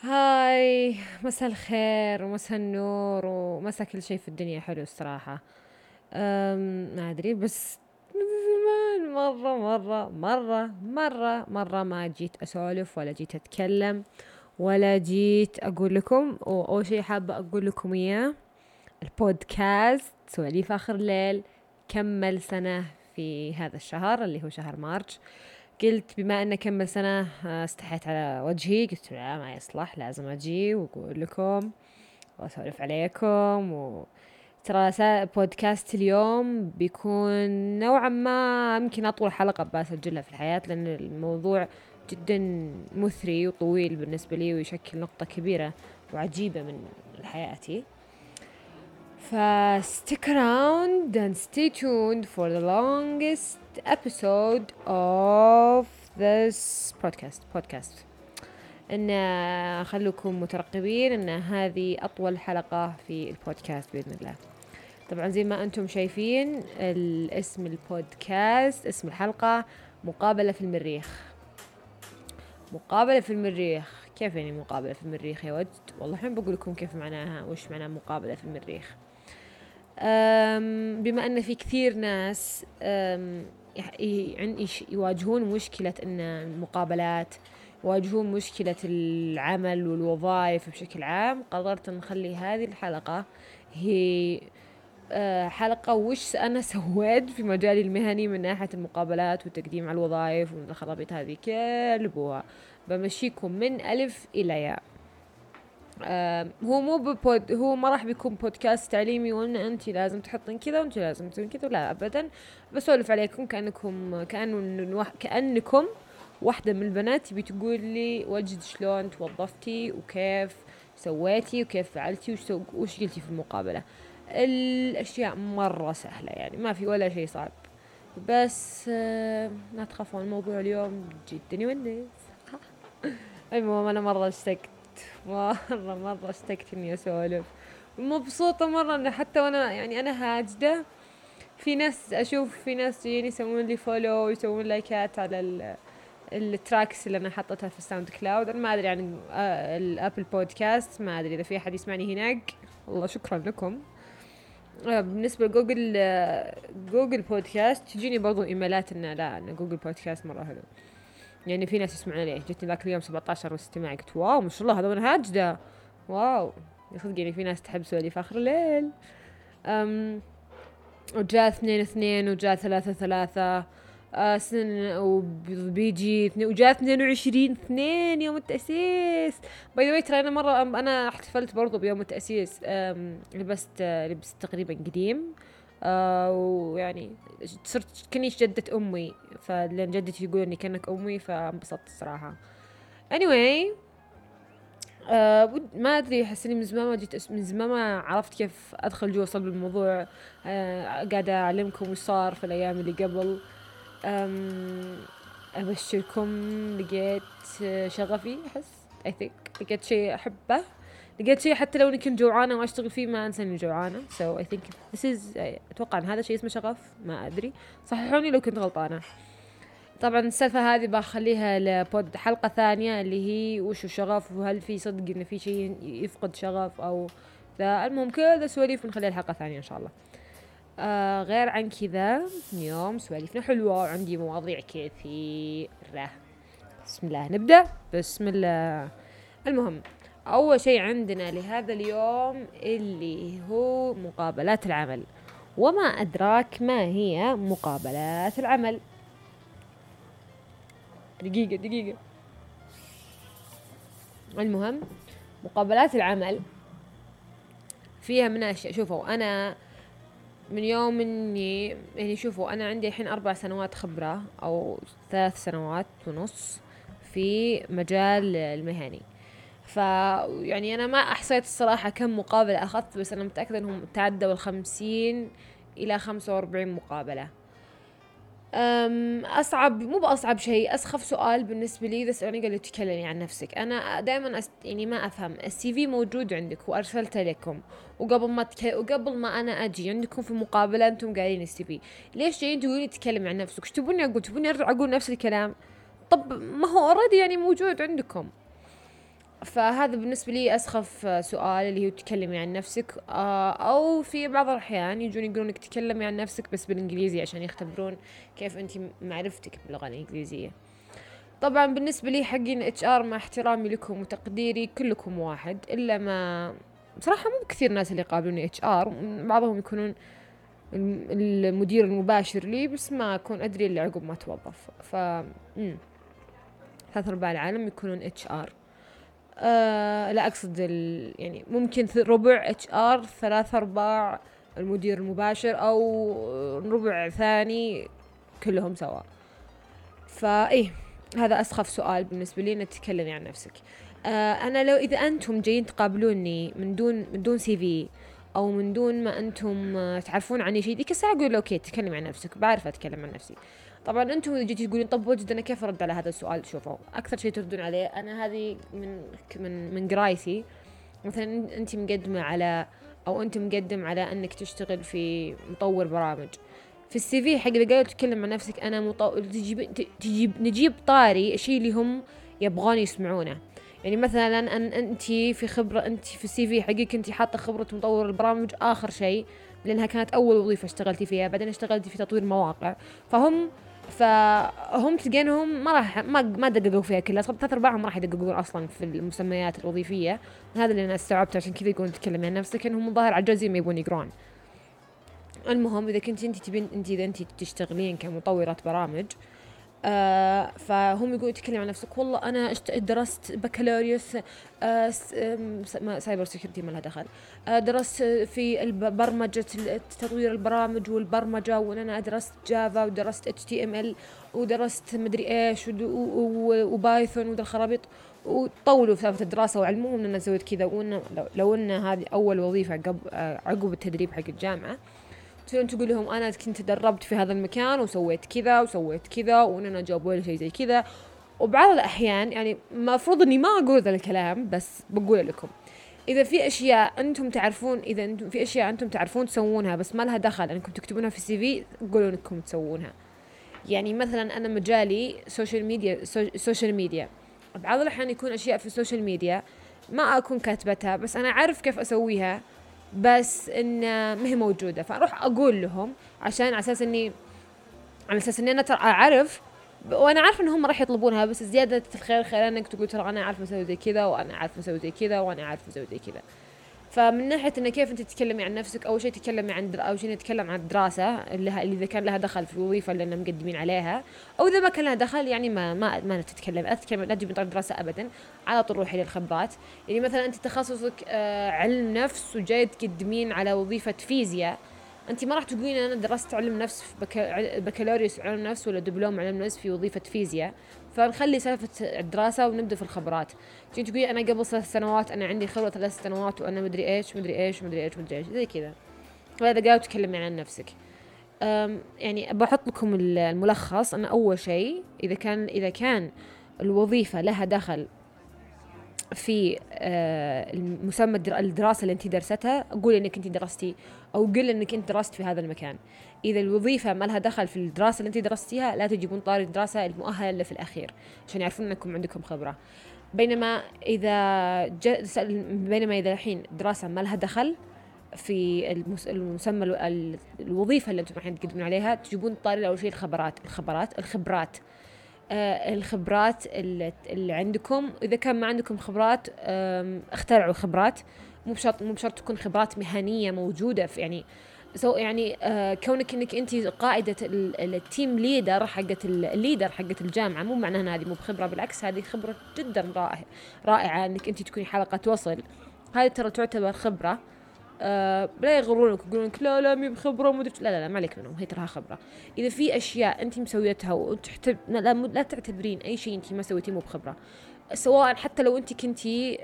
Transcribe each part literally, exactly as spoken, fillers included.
هاي، مساء الخير ومساء النور ومساء كل شيء في الدنيا حلو الصراحة. أم ما أدري بس من زمان مرة مرة مرة مرة مرة ما جيت أسولف ولا جيت أتكلم ولا جيت أقول لكم. وأول شيء حابة أقول لكم إياه، البودكاست سواليف آخر الليل كمل سنة في هذا الشهر اللي هو شهر مارس. قلت بما أنه كمل سنة استحيت على وجهي، قلت لا ما يصلح، لازم أجي وأقول لكم وأسولف عليكم. و ترى بودكاست اليوم بيكون نوعا ما يمكن أطول حلقة بسجلها في الحياة، لأن الموضوع جدا مثري وطويل بالنسبة لي ويشكل نقطة كبيرة وعجيبة من حياتي. ف stick around and stay tuned for the longest episode of this podcast podcast ان خلوكم مترقبين ان هذه اطول حلقة في البودكاست باذن الله. طبعا زي ما انتم شايفين الاسم البودكاست، اسم الحلقة مقابلة في المريخ. مقابلة في المريخ، كيف يعني مقابلة في المريخ يا ود؟ والله الحين بقول لكم كيف معناها، وش معنى مقابلة في المريخ. بما أن في كثير ناس يواجهون مشكلة أن المقابلات، يواجهون مشكلة العمل والوظائف بشكل عام، قررت نخلي هذه الحلقة هي حلقة وش أنا سويت في مجالي المهني من ناحية المقابلات والتقديم على الوظائف ومن الخرابيط هذه كلبوها. بمشيكم من ألف إلى ياء. آه هو مو ببود هو ما راح بيكون بودكاست تعليمي وان انت لازم تحطين كذا وانت لازم تسوين كذا، لا ابدا. بسولف عليكم كانكم كانه كانكم واحده من البنات تبي تقول لي وجد شلون توظفتي وكيف سويتي وكيف فعلتي وش وش قلتي في المقابله. الاشياء مره سهله يعني، ما في ولا شيء صعب. بس آه لا تخافون، الموضوع اليوم جدا يونس. المهم انا مره اشتقت، مرة مرة اشتقت اني اسولف، مبسوطة مرة انه حتى وانا يعني انا هاجدة في ناس اشوف، في ناس يجيني يسوون لي فولو ويسوون لايكات على ال التراكس اللي انا حطيتها في الساوند كلاود. انا ما ادري عن الابل بودكاست، ما ادري اذا في احد يسمعني هناك، والله شكرا لكم. بالنسبة لجوجل جوجل بودكاست تجيني برضو ايميلات انه لا ان جوجل بودكاست مرة حلو، يعني في ناس يسمعون عليه. جتني ذاك اليوم سبعة عشر استماع، قلت واو ما شاء الله هذا وانا هاجده، واو صدق يعني في ناس تحب سواليف اخر الليل. أم وجاء اثنين اثنين وجاء ثلاثة ثلاثة آه سن وبيجي اثنين وجاء اثنين وعشرين اثنين يوم التأسيس. باي ذا ترى انا مرة انا احتفلت برضو بيوم التأسيس، لبست لبست تقريبا قديم، آه ويعني صرت كني جدة امي، فلان جدتي يقول اني كانك امي فانبسطت الصراحة. anyway آه ما ادري، احس اني من زمان ما جيت من زمان ما عرفت كيف ادخل جوا صلب الموضوع. آه قاعدة اعلمكم وش صار في الايام اللي قبل. ابشركم لقيت شغفي، احس I think لقيت شيء احبه، لقيت شيء حتى لو اني كنت جوعانه واشتغل فيه ما انسى اني جوعانه. so I think this is اتوقع ان هذا شيء اسمه شغف، ما ادري صححوني لو كنت غلطانه. طبعا السالفه هذه بخليها لبود حلقه ثانيه اللي هي وش الشغف وهل في صدق ان في شيء يفقد شغف او ذا. المهم كذا سواليف بنخليها الحلقه ثانيه ان شاء الله. آه غير عن كذا اليوم سواليفنا حلوة وعندي مواضيع كثيرة. بسم الله نبدأ، بسم الله. المهم أول شيء عندنا لهذا اليوم اللي هو مقابلات العمل. وما أدراك ما هي مقابلات العمل. دقيقة دقيقة المهم مقابلات العمل فيها من أشياء. شوفوا أنا من يوم اني يعني شوفوا انا عندي الحين اربع سنوات خبرة او ثلاث سنوات ونص في مجال المهني، ف يعني انا ما احصيت الصراحة كم مقابلة اخذت، بس انا متأكدة انهم تعدوا الخمسين الى خمسة واربعين مقابلة. أم أصعب مو بأصعب شيء، أسخف سؤال بالنسبة لي إذا سألني قال لي تكلمي عن نفسك. أنا دائما أست... يعني ما أفهم، السي في موجود عندك وأرسلته لكم، وقبل ما تك... وقبل ما أنا أجي عندكم في مقابلة أنتم قايلين السي في، ليش جايين تقولين تكلمي عن نفسك؟ وش تبوني أقول؟ تبوني أرجع أقول نفس الكلام؟ طب ما هو أوريدي يعني موجود عندكم. فهذا بالنسبة لي أسخف سؤال اللي هو تكلمي عن نفسك. أو في بعض الأحيان يجون يقولونك تكلمي عن نفسك بس بالإنجليزي عشان يختبرون كيف أنت معرفتك باللغة الإنجليزية. طبعا بالنسبة لي حقين اتش ار مع احترامي لكم وتقديري كلكم واحد، إلا ما بصراحة مو كثير ناس اللي يقابلوني اتش ار، بعضهم يكونون المدير المباشر لي بس ما أكون أدري اللي عقب ما توظف. ف ثلاث أرباع العالم يكونون اتش ار. آه لا أقصد ال... يعني ممكن ربع اتش ار، ثلاث أرباع المدير المباشر، أو ربع ثاني كلهم سوا. فإيه هذا أسخف سؤال بالنسبة لي، إنك تتكلمي عن نفسك. آه أنا لو إذا أنتم جايين تقابلوني من دون من دون سي في أو من دون ما أنتم تعرفون عني شيء، ديك الساعة أقول أوكي تكلمي عن نفسك، بعرف أتكلم عن نفسي. طبعا أنتم إذا جيتي تقولين طب وجد أنا كيف أرد على هذا السؤال؟ شوفوا أكثر شيء تردون عليه، أنا هذه من من من قرايتي. مثلا أنت مقدمة على أو أنت مقدم على أنك تشتغل في مطور برامج، في السي في حق إذا قالوا تتكلم عن نفسك أنا مطور، تجيب تجيب نجيب طاري الشيء اللي هم يبغون يسمعونه. يعني مثلا أن أنت في خبرة، أنت في السي في حقك أنت حاطة خبرة مطور البرامج آخر شيء، لأنها كانت أول وظيفة اشتغلتي فيها، بعدين اشتغلتي في تطوير مواقع. فهم فهم تلقينهم ما راح ما ما دققوا فيها كلها، ثلاث أرباعهم ما راح يدققون أصلا في المسميات الوظيفية. هذا اللي أنا استوعبته، عشان كذا يقولون تتكلمي عن نفسك، إنهم ظاهر عجزين ما يبون يقرون. المهم إذا كنت أنت تبين أنت إذا أنت تشتغلين كمطورة برامج، آه فهم يقولوا تكلم عن نفسك. والله أنا درست بكالوريوس آه سايبر سيكورتي ما لها دخل، آه درست في برمجة تطوير البرامج والبرمجة، وأنا درست جافا ودرست اتش تي ام ال ودرست مدري إيش وبايثون وذا الخرابيط، وطولوا في سالفة الدراسة وعلموهم أن أنا سويت كذا. وإن لو, لو أن هذه أول وظيفة قبل آه عقب التدريب حق الجامعة، تقولون تقول لهم أنا كنت تدربت في هذا المكان وسويت كذا وسويت كذا وأنا جابوا لي شيء زي كذا. وبعض الأحيان يعني مفروض إني ما أقول ذا الكلام، بس بقول لكم إذا في أشياء أنتم تعرفون، إذا أنتم في أشياء أنتم تعرفون تسوونها بس ما لها دخل أنكم تكتبونها في السي في، قولوا إنكم تسوونها. يعني مثلا أنا مجالي سوشيال ميديا، سوشيال ميديا بعض الأحيان يكون أشياء في السوشيال ميديا ما أكون كاتبتها، بس أنا أعرف كيف أسويها، بس إن ما هي موجودة، فأروح أقول لهم عشان على أساس إني على أساس إني أنا ترى أعرف، وأنا عارف إنهم راح يطلبونها، بس زيادة الخير خير إنك تقول ترى أنا عارف أسوي زي كذا وأنا عارف أسوي زي كذا وأنا عارف أسوي زي كذا. فمن ناحية إنه كيف أنت تتكلمي عن نفسك، أول شيء تتكلمي عن در... أول شيء نتكلم عن الدراسة اللي, اللي إذا كان لها دخل في الوظيفة اللي أنا مقدمين عليها، أو إذا ما كان لها دخل يعني ما ما ما تتكلم لا تتكلم لا تجيب طريق دراسة أبدا، على طول روحي للخبرات. يعني مثلا أنت تخصصك آه علم نفس وجاي تقدمين على وظيفة فيزياء، أنت ما راح تقولين أنا درست علم نفس في بكا... بكالوريوس علم نفس ولا دبلوم علم نفس في وظيفة فيزياء، فنخلي سالفة الدراسة ونبدأ في الخبرات. تيجي تقولي أنا قبل ثلاث سنوات أنا عندي خبرة ثلاث سنوات وأنا مدري إيش مدري إيش مدري إيش مدري إيش زي كذا. وهذا قاعد تكلمي عن نفسك. يعني بحط لكم الملخص. أنا أول شيء إذا كان إذا كان الوظيفة لها دخل في المسمى الدراسة اللي أنت درستها، أقول إنك أنت درستي أو قل إنك أنت درست في هذا المكان. إذا الوظيفة ما لها دخل في الدراسة اللي أنت درستيها، لا تجيبون طاري الدراسة المؤهلة اللي في الأخير عشان يعرفون أنكم عندكم خبرة. بينما إذا ج... بينما إذا الحين دراسة ما لها دخل في المسمى الوظيفة اللي أنتم رايحين تقدمون عليها، تجيبون طاري أول شيء الخبرات الخبرات الخبرات آه الخبرات اللي, اللي عندكم. إذا كان ما عندكم خبرات اخترعوا خبرات، مو بشرط مو بشرط تكون خبرات مهنية موجودة في يعني سو يعني آه كونك إنك أنت قائدة التيم ليدر حقت الليدر حقت الجامعة، مو معناه أن هذه مو بخبرة، بالعكس هذه خبرة جدا رائعة رائعة إنك أنت تكوني حلقة وصل. هذه ترى تعتبر خبرة. آه لا يغرونك يقولونك لا لا مي بخبرة مدري لا لا لا ما عليك منهم، هي تراها خبرة. إذا في أشياء أنت مسويتها وتحتب لا لا تعتبرين أي شيء أنت ما سويتيه مو بخبرة، سواء حتى لو أنت كنتي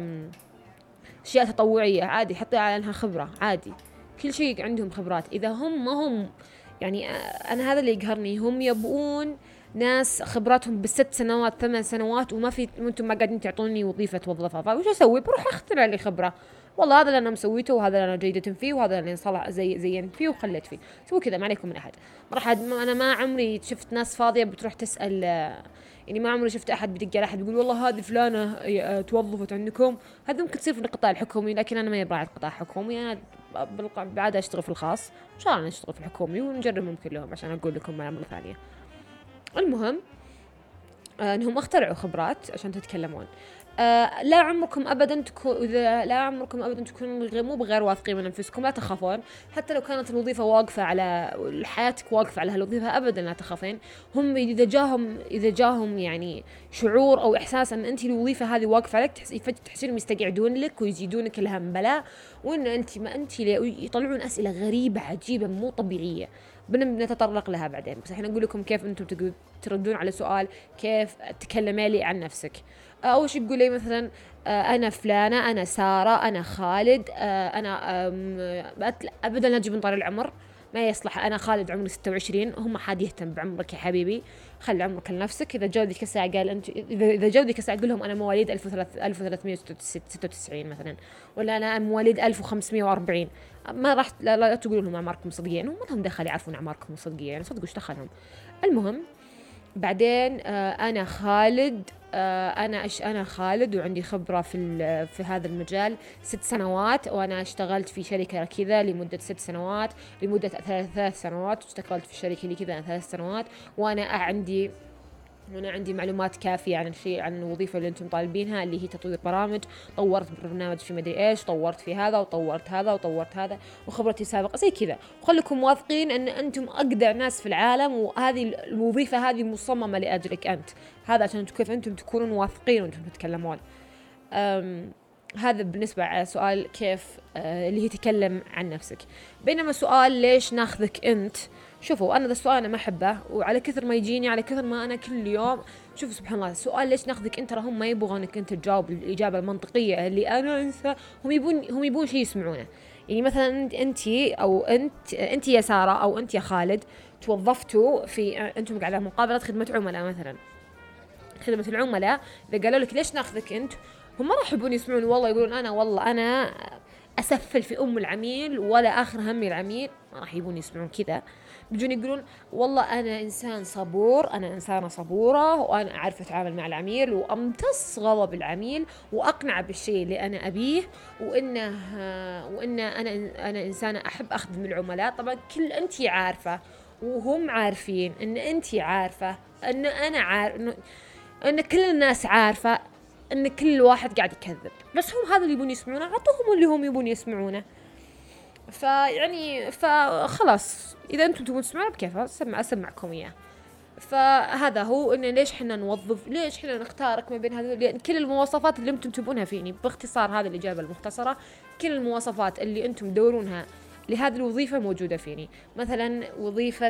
أشياء تطوعية عادي حطي على أنها خبرة عادي. كل شيء عندهم خبرات. إذا هم ما هم يعني أنا هذا اللي يقهرني، هم يبغون ناس خبراتهم بالست سنوات ثمان سنوات وما في أنتم ما قاعدين تعطوني وظيفة توظفها، فوش أسوي؟ بروح أخترع لي خبرة، والله هذا اللي أنا مسويته وهذا اللي أنا جيدة فيه وهذا اللي صلح زي زينت فيه وخليت فيه، سوي كذا ما عليكم من أحد. ما راح أنا ما عمري شفت ناس فاضية بتروح تسأل، يعني ما عمري شفت أحد بدق على أحد بيقول والله هذه فلانة توظفت عندكم. هذا ممكن تصير في القطاع الحكومي، لكن أنا ما يبراعي القطاع الحكومي، أنا بعد أشتغل في الخاص، إن شاء الله نشتغل في الحكومي ونجربهم كلهم عشان أقول لكم مرة ثانية. المهم آه انهم اخترعوا خبرات عشان تتكلمون. آه لا عمركم ابدا تكون اذا لا عمركم ابدا تكونوا مو بغير واثقين من انفسكم، لا تخافون حتى لو كانت الوظيفه واقفه على حياتك واقفه على هالوظيفه، ابدا لا تخافين. هم اذا جاهم اذا جاهم يعني شعور او احساس ان انت الوظيفه هذه واقفه عليك، تحسين يستقعدون لك ويزيدونك الهم بلاء، وان انت ما انت يطلعون اسئله غريبه عجيبه مو طبيعيه بنتطرق لها بعدين. بس احنا نقول لكم كيف انتم تقدرون تردون على سؤال كيف تكلمي لي عن نفسك. اول شيء تقول لي مثلا انا فلانه، انا ساره، انا خالد، انا ابدا لا تجيبون طاري العمر، ما يصلح. انا خالد عمري ستة وعشرين، هم حد يهتم بعمرك يا حبيبي، خلي عمرك لنفسك. اذا جاء ذيك الساعه قال انت اذا جاء ذيك الساعه قول لهم انا مواليد ألف وثلاثمية وستة وتسعين مثلا، ولا انا مواليد ألف وخمسمية وأربعين، ما راح لا, لا تقولوا لهم اعماركم صدقيه، هم ما لهم دخل يعرفون اعماركم صدقيه، يعني صدقوا ايش دخلهم. المهم بعدين آه انا خالد آه انا أش انا خالد وعندي خبره في في هذا المجال ست سنوات، وانا اشتغلت في شركه كذا لمده ست سنوات، لمده ثلاث ثلاث سنوات واشتغلت في الشركه اللي كذا ثلاث سنوات، وانا عندي وانا عندي معلومات كافيه عن الشيء عن الوظيفه اللي انتم طالبينها اللي هي تطوير برامج، طورت برنامج في مدري ايش، طورت في هذا وطورت هذا وطورت هذا، وخبرتي سابقه زي كذا، وخليكم واثقين ان انتم اقدر ناس في العالم، وهذه الوظيفه هذه مصممه لاجلك انت. هذا عشان كيف انتم تكونون واثقين وانتم تتكلمون. هذا بالنسبة على سؤال كيف آه اللي هي تكلم عن نفسك. بينما سؤال ليش ناخذك انت، شوفوا انا ذا السؤال انا ما احبه، وعلى كثر ما يجيني على كثر ما انا كل يوم شوفوا سبحان الله سؤال ليش ناخذك انت، هم ما يبغونك انت تجاوب الاجابه المنطقيه اللي انا انسى، هم يبون هم يبون شيء يسمعونه. يعني مثلا انت او انت انت يا ساره او انت يا خالد توظفتوا في انتم على مقابله خدمه عملاء مثلا، خدمه العملاء، اذا قالوا لك ليش ناخذك انت، هم ما راح يبون يسمعون والله يقولون انا والله انا اسفل في ام العميل ولا اخر همي العميل، ما راح يبون يسمعون كذا. بيجون يقولون والله انا انسان صبور، انا انسانه صبوره، وانا اعرف اتعامل مع العميل وامتص غضب العميل واقنعه بالشيء اللي انا ابيه، وانه وان انا انا انسانه احب اخدم العملاء. طبعا كل انت عارفه وهم عارفين ان انت عارفه ان انا عارف انه ان كل الناس عارفه ان كل واحد قاعد يكذب، بس هم هذا اللي يبون يسمعونه، عطوهم اللي هم يبون يسمعونه. فيعني فخلاص اذا انتم تبون تسمعون بكيف اسمع اسمعكم اياه. فهذا هو انه ليش احنا نوظف، ليش احنا نختارك ما بين هذول، لان كل المواصفات اللي انتم تبونها فيني باختصار، هذا الاجابه المختصره، كل المواصفات اللي انتم تدورونها لهذه الوظيفه موجوده فيني. مثلا وظيفه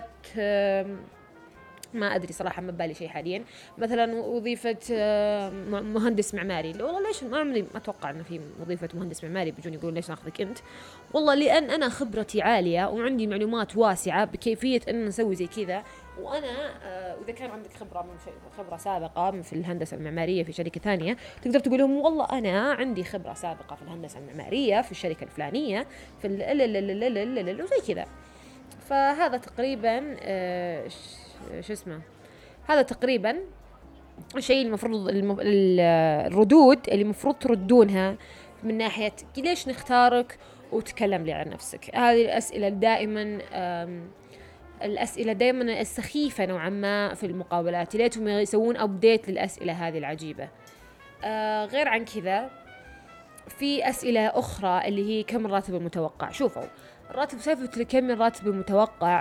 ما أدري صراحة ما بالي شيء حاليا، مثلا وظيفة مهندس معماري، والله ليش ما عمري ما أتوقع أنه في وظيفة مهندس معماري بيجون يقولون ليش ناخذك أنت، والله لأن أنا خبرتي عالية وعندي معلومات واسعة بكيفية أن نسوي زي كذا، وأنا وإذا كان عندك خبرة من خبرة سابقة في الهندسة المعمارية في شركة ثانية تقدر تقول لهم والله أنا عندي خبرة سابقة في الهندسة المعمارية في الشركة الفلانية في ال وزي كذا. فهذا تقريبا شو اسمه هذا تقريبا الشيء المفروض المف... الردود اللي المفروض تردونها من ناحية ليش نختارك وتكلم لي عن نفسك. هذه الأسئلة دائما الأسئلة دائما السخيفة نوعا ما في المقابلات، ليتهم يسوون أبديت للأسئلة هذه العجيبة. آه غير عن كذا في أسئلة أخرى اللي هي كم الراتب المتوقع. شوفوا الراتب سالفة كم الراتب المتوقع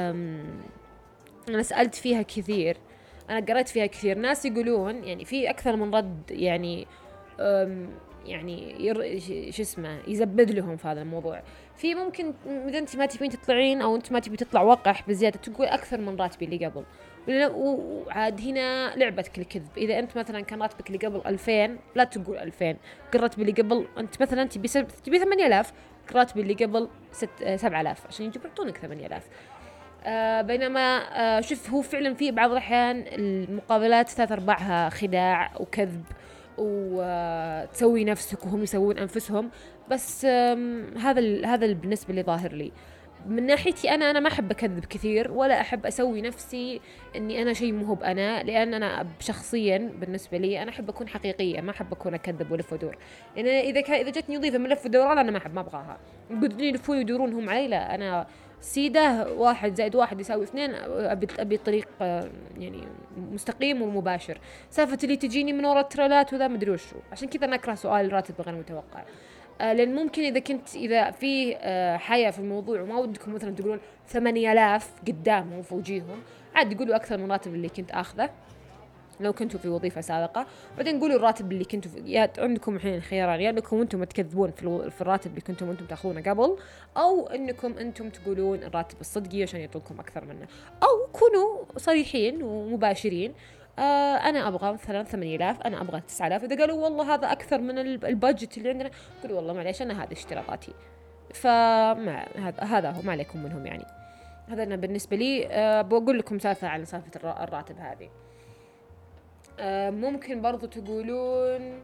أنا سألت فيها كثير، أنا قرأت فيها كثير، ناس يقولون يعني في أكثر من رد يعني يعني ير... شو اسمه يزبد لهم في هذا الموضوع. في ممكن إذا أنت ما تبين تطلعين أو أنت ما تبي تطلع وقح بزيادة تقول أكثر من راتبي اللي قبل، وعاد هنا لعبتك الكذب. إذا أنت مثلا كان راتبك اللي قبل ألفين لا تقول ألفين، قل راتبي اللي قبل أنت مثلا تبي تبي ثمانية آلاف، راتبي اللي قبل ست سبعة آلاف عشان يجبرتونك ثمانية آلاف. آه بينما آه شوف هو فعلا في بعض الأحيان المقابلات ثلاث أرباعها خداع وكذب وتسوي نفسك وهم يسوون أنفسهم. بس هذا ال هذا اللي بالنسبة لي ظاهر لي. من ناحيتي أنا أنا ما أحب أكذب كثير ولا أحب أسوي نفسي إني أنا شيء مو هو بأنا، لأن أنا شخصيا بالنسبة لي أنا أحب أكون حقيقية، ما أحب أكون أكذب ولف ودور. يعني إذا كان إذا جتني وظيفة من لف ودوران أنا ما أحب، ما أبغاها. يقعدون يلفون يدورون هم علي، لا أنا سيدة واحد زائد واحد يساوي اثنين، أبي أبي طريق يعني مستقيم ومباشر. سالفة اللي تجيني من وراء التريلات وذا مدري وشو، عشان كذا أنا أكره سؤال الراتب غير متوقع. آه لأن ممكن إذا كنت إذا في آه حياة في الموضوع وما ودكم مثلا تقولون ثمانية آلاف قدامهم وفوجيهم، عاد يقولوا أكثر من الراتب اللي كنت آخذه لو كنتوا في وظيفة سابقة. بعدين قولوا الراتب اللي كنتوا في، يا عندكم الحين خياران، يا يعني أنكم أنتم تكذبون في, الو... في الراتب اللي كنتم أنتم تأخذونه قبل، أو أنكم أنتم تقولون الراتب الصدقي عشان يعطونكم أكثر منه، أو كونوا صريحين ومباشرين. آه أنا أبغى مثلا ثمانية آلاف، أنا أبغى تسعة آلاف. إذا قالوا والله هذا أكثر من البادجت اللي عندنا، قولوا والله معليش أنا هذه اشتراطاتي، فما هذا هذا هو ما عليكم منهم. يعني هذا أنا بالنسبة لي. آه بقول لكم سالفة عن سالفة الراتب هذه. آه ممكن برضو تقولون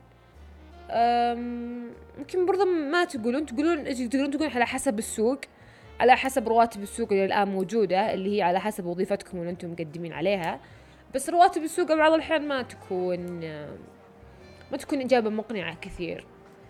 ممكن برضو ما تقولون تقولون تقولون تقولون على حسب السوق، على حسب رواتب السوق اللي الآن موجودة، اللي هي على حسب وظيفتكم اللي أنتم مقدمين عليها. بس رواتب السوق بعض الأحيان ما تكون ما تكون إجابة مقنعة كثير.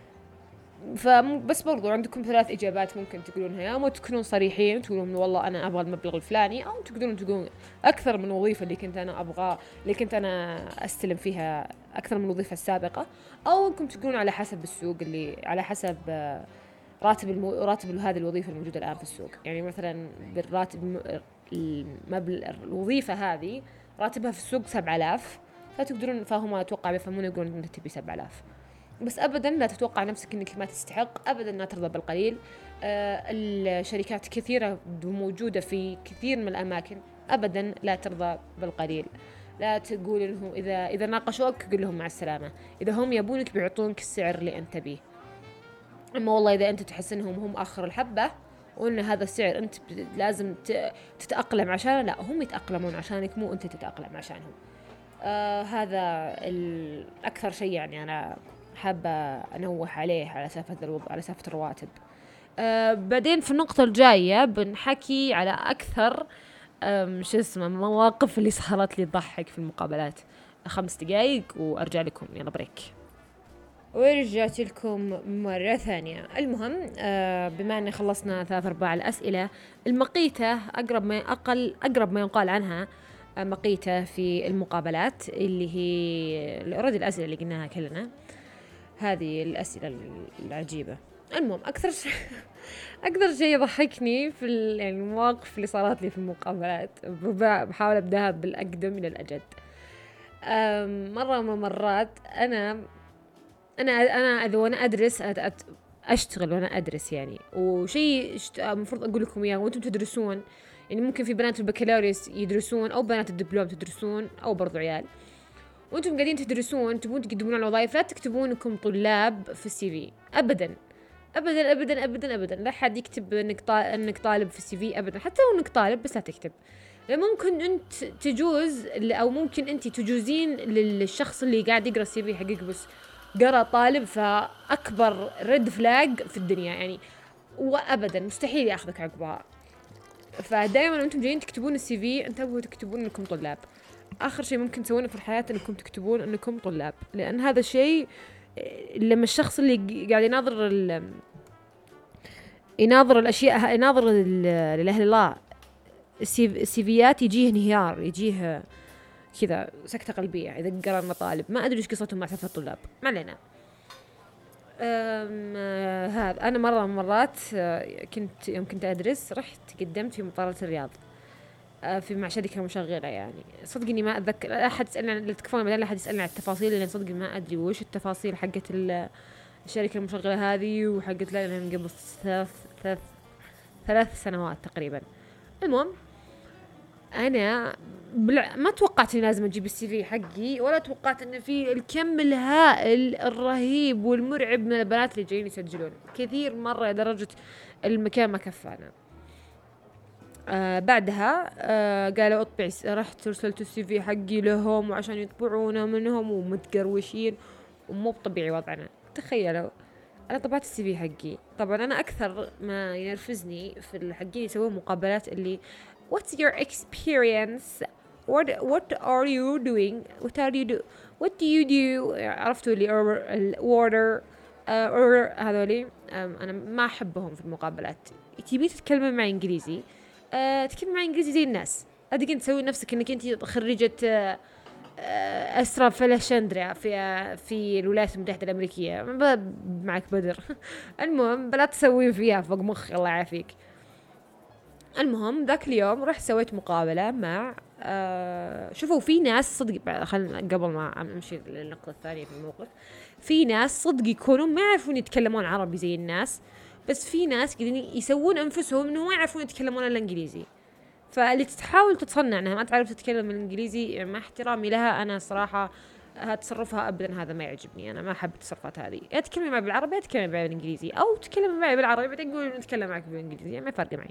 فبس برضو عندكم ثلاث إجابات ممكن تقولونها، يا أما تكونون صريحين تقولون والله أنا أبغى المبلغ الفلاني، أو تقدرون تقولون أكثر من وظيفة اللي كنت أنا أبغى اللي كنت أنا أستلم فيها أكثر من الوظيفة السابقة، أو أنكم تقولون على حسب السوق اللي على حسب راتب المو... راتب هذه الوظيفة الموجودة الآن في السوق. يعني مثلا بالراتب المبلغ الوظيفة هذه راتبها في السوق سبعة آلاف، فتقدرون فهم أتوقع بيفهمون يقولون أنت تبي سبعة آلاف. بس أبداً لا تتوقع نفسك إنك ما تستحق، أبداً لا ترضى بالقليل. آه الشركات كثيرة موجودة في كثير من الأماكن، أبداً لا ترضى بالقليل. لا تقول إنهم إذا إذا ناقشوك قل لهم مع السلامة، إذا هم يبونك بيعطونك السعر اللي أنت بيه. أما والله إذا أنت تحس إنهم هم آخر الحبة وإن هذا السعر أنت لازم تتأقلم عشانه، لا هم يتأقلمون عشانك مو أنت تتأقلم عشانهم. آه هذا الأكثر شيء يعني أنا حابة أنوه عليه على سالفة الوضع على سالفة الرواتب. أه بعدين في النقطة الجاية بنحكي على أكثر شو اسمه مواقف اللي صارت لي تضحك في المقابلات. خمس دقايق وأرجع لكم، يلا بريك. ورجعت لكم مرة ثانية. المهم أه بما أن خلصنا ثلاث أرباع الأسئلة المقيتة، أقرب ما أقل أقرب ما يقال عنها مقيتة في المقابلات، اللي هي الأوريدي الأسئلة اللي قلناها كلنا، هذه الأسئلة العجيبة. المهم أكثر شيء أكثر شيء يضحكني في يعني المواقف اللي صارت لي في المقابلات، بحاول أبدأها بالأقدم إلى الأجد. مرة من المرات أنا أنا أنا إذا وأنا أدرس أشتغل وأنا أدرس يعني، وشيء المفروض أقول لكم إياه وأنتم تدرسون. يعني ممكن في بنات البكالوريوس يدرسون أو بنات الدبلوم تدرسون أو برضو عيال، وانتم قاعدين تدرسون تبون تقدمون على وظائف، لا تكتبون انكم طلاب في السي في ابدا ابدا ابدا ابدا ابدا. لا حد يكتب انك طالب انك طالب في السي في ابدا، حتى لو انك طالب بس لا تكتب. لان ممكن انت تجوز او ممكن انت تجوزين للشخص اللي قاعد يقرا السي في حقك بس قرا طالب، فاكبر ريد فلاج في الدنيا يعني، وابدا مستحيل ياخذك عقبها. فدائما انتم جايين تكتبون السي في انتبهوا تكتبون انكم طلاب. آخر شيء ممكن تسوونه في الحياة أنكم تكتبون أنكم طلاب، لأن هذا الشيء لما الشخص اللي قاعد يناظر يناظر الأشياء يناظر لله الله السيفيات يجيه انهيار، يجيه كذا سكتة قلبية إذا قرأ المطالب. ما أدري إيش قصتهم مع سالفة الطلاب، ما علينا. هذا أنا مرة من مرات كنت يوم كنت أدرس رحت قدمت في مطارة الرياض في مع شركة مشغلة. يعني صدقني ما أتذكر، لا أحد يسألني عن تكفون بعدين لا أحد يسألني عن التفاصيل، لأن صدقني ما أدري وش التفاصيل حقت الشركة المشغلة هذه وحقت لا لأن قبل ثلاث ثلاث ثلاث سنوات تقريبا. المهم أنا ما توقعت إني لازم أجيب السي في حقي، ولا توقعت إن في الكم الهائل الرهيب والمرعب من البنات اللي جايين يسجلون كثير مرة لدرجة المكان ما كفانا. آه بعدها آه قالوا اطبع، رحت ارسلت السي في حقي لهم وعشان يطبعونه منهم ومتقروشين ومو بطبيعي وضعنا. تخيلوا انا طبعت السي في حقي. طبعا انا اكثر ما ينرفزني في الحقين يسوون مقابلات اللي what's your experience, what what are you doing, what are you do what do you do عرفتوا اللي order order هذولي. انا ما احبهم في المقابلات. تبي تتكلمين معي انجليزي أه تتكلمين معي انجليزي زي الناس. لا تقين تسوي نفسك انك انت خريجة أه أسرى فلاشندريا في في الولايات المتحدة الأمريكية معك بدر. المهم بلا تسوين فيها فوق مخ الله يعافيك. المهم ذاك اليوم رحت سويت مقابلة مع آه شوفوا في ناس صدق، خلنا قبل ما أمشي للنقطة الثانية في الموقف، في ناس صدق يكونوا ما يعرفون يتكلمون عربي زي الناس، بس في ناس قاعدين يسوون أنفسهم إنه ما يعرفون يتكلمون إلا إنجليزي. فاللي تحاول تتصنع انها ما تعرف تتكلم الانجليزي مع احترامي لها، انا صراحه تصرفها ابدا هذا ما يعجبني. انا ما احب التصرفات هذه. يا تتكلمي معي بالعربي يا تتكلمي معي بالانجليزي، او تتكلمي معي بالعربي بعدين تقولي نتكلم معك بالانجليزي، يعني ما فرق معي.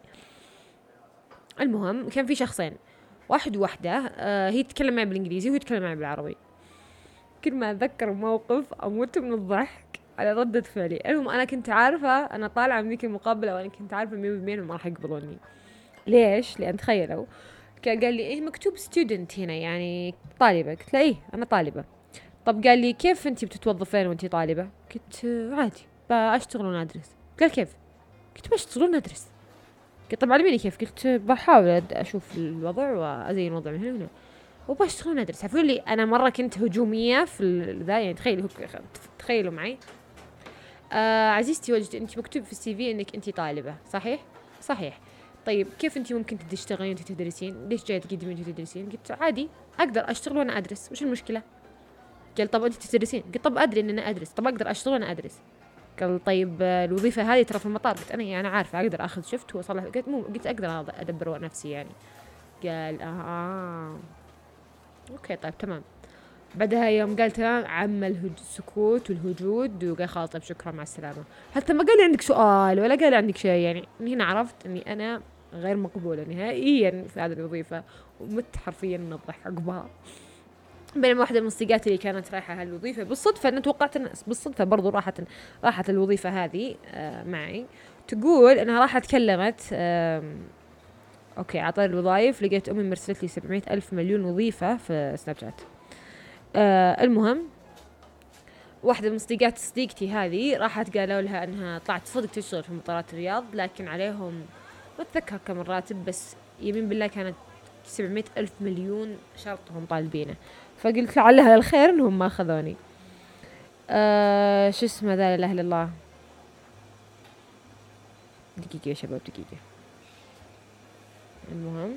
المهم كان في شخصين، واحد وواحده، آه هي تتكلم معي بالانجليزي وهي تتكلم معي بالعربي. كل ما اتذكر موقف اموت من الضحك على ردة فعلي. المهم انا كنت عارفه انا طالعه من ذيك المقابله وانا كنت عارفه مين بمين وما راح يقبلوني. ليش؟ لأن تخيلوا قال لي إيه مكتوب student هنا يعني طالبة. قلت له إيه أنا طالبة. طب قال لي كيف أنتي بتتوظفين وأنتي طالبة؟ قلت عادي بأشتغل وأنا أدرس. قال كيف؟ قلت بشتغل وأنا أدرس. قلت طب علميني كيف؟ قلت بحاول أشوف الوضع وأزين الوضع من هنا وهنا وبشتغل وأنا أدرس. عارفين لي أنا مرة كنت هجومية في ذا، يعني تخيلوا تخيلوا معي. آه عزيزتي وجدي أنتي مكتوب في السي في إنك أنتي طالبة صحيح؟ صحيح. طيب كيف انتي ممكن تشتغلين وانتي تدرسين؟ ليش جايه تقدمين وانتي تدرسين؟ قلت عادي اقدر اشتغل وانا ادرس، وش المشكله؟ قال طب انتي تدرسين؟ قلت طب ادري ان انا ادرس، طب اقدر اشتغل وانا ادرس. قال طيب الوظيفه هذه ترى في المطار. قلت انا انا عارفه اقدر اخذ شفت واصلح. قلت مو قلت اقدر ادبر نفسي يعني. قال اه, آه. اوكي طيب تمام. بعدها يوم قال تمام عم السكوت والهجود وقال خلاص طيب شكرا مع السلامه. حتى ما قال لي عندك سؤال ولا قال عندك شيء، يعني من هنا عرفت اني انا غير مقبولة نهائيا في هذه الوظيفة، ومت حرفيا من الضحك عقبها. بينما واحدة من صديقاتي اللي كانت رايحة هالوظيفة بالصدفة، أنا توقعت أن بالصدفة برضو راحت راحت الوظيفة هذه آه معي، تقول أنها راحت تكلمت آه أوكي عطار الوظائف، لقيت أمي مرسلت لي سبعمية ألف مليون وظيفة في سناب شات. آه المهم واحدة من صديقات صديقتي هذه راحت قالوا لها أنها طلعت صدق تشتغل في مطارات الرياض، لكن عليهم ما أتذكر كم الراتب، بس يمين بالله كانت سبعمية ألف مليون شرطهم طالبينه. فقلت لعلها الخير إنهم ما أخذوني. آه شو اسمه ذا لا إله إلا الله. دقيقة يا شباب دقيقة. المهم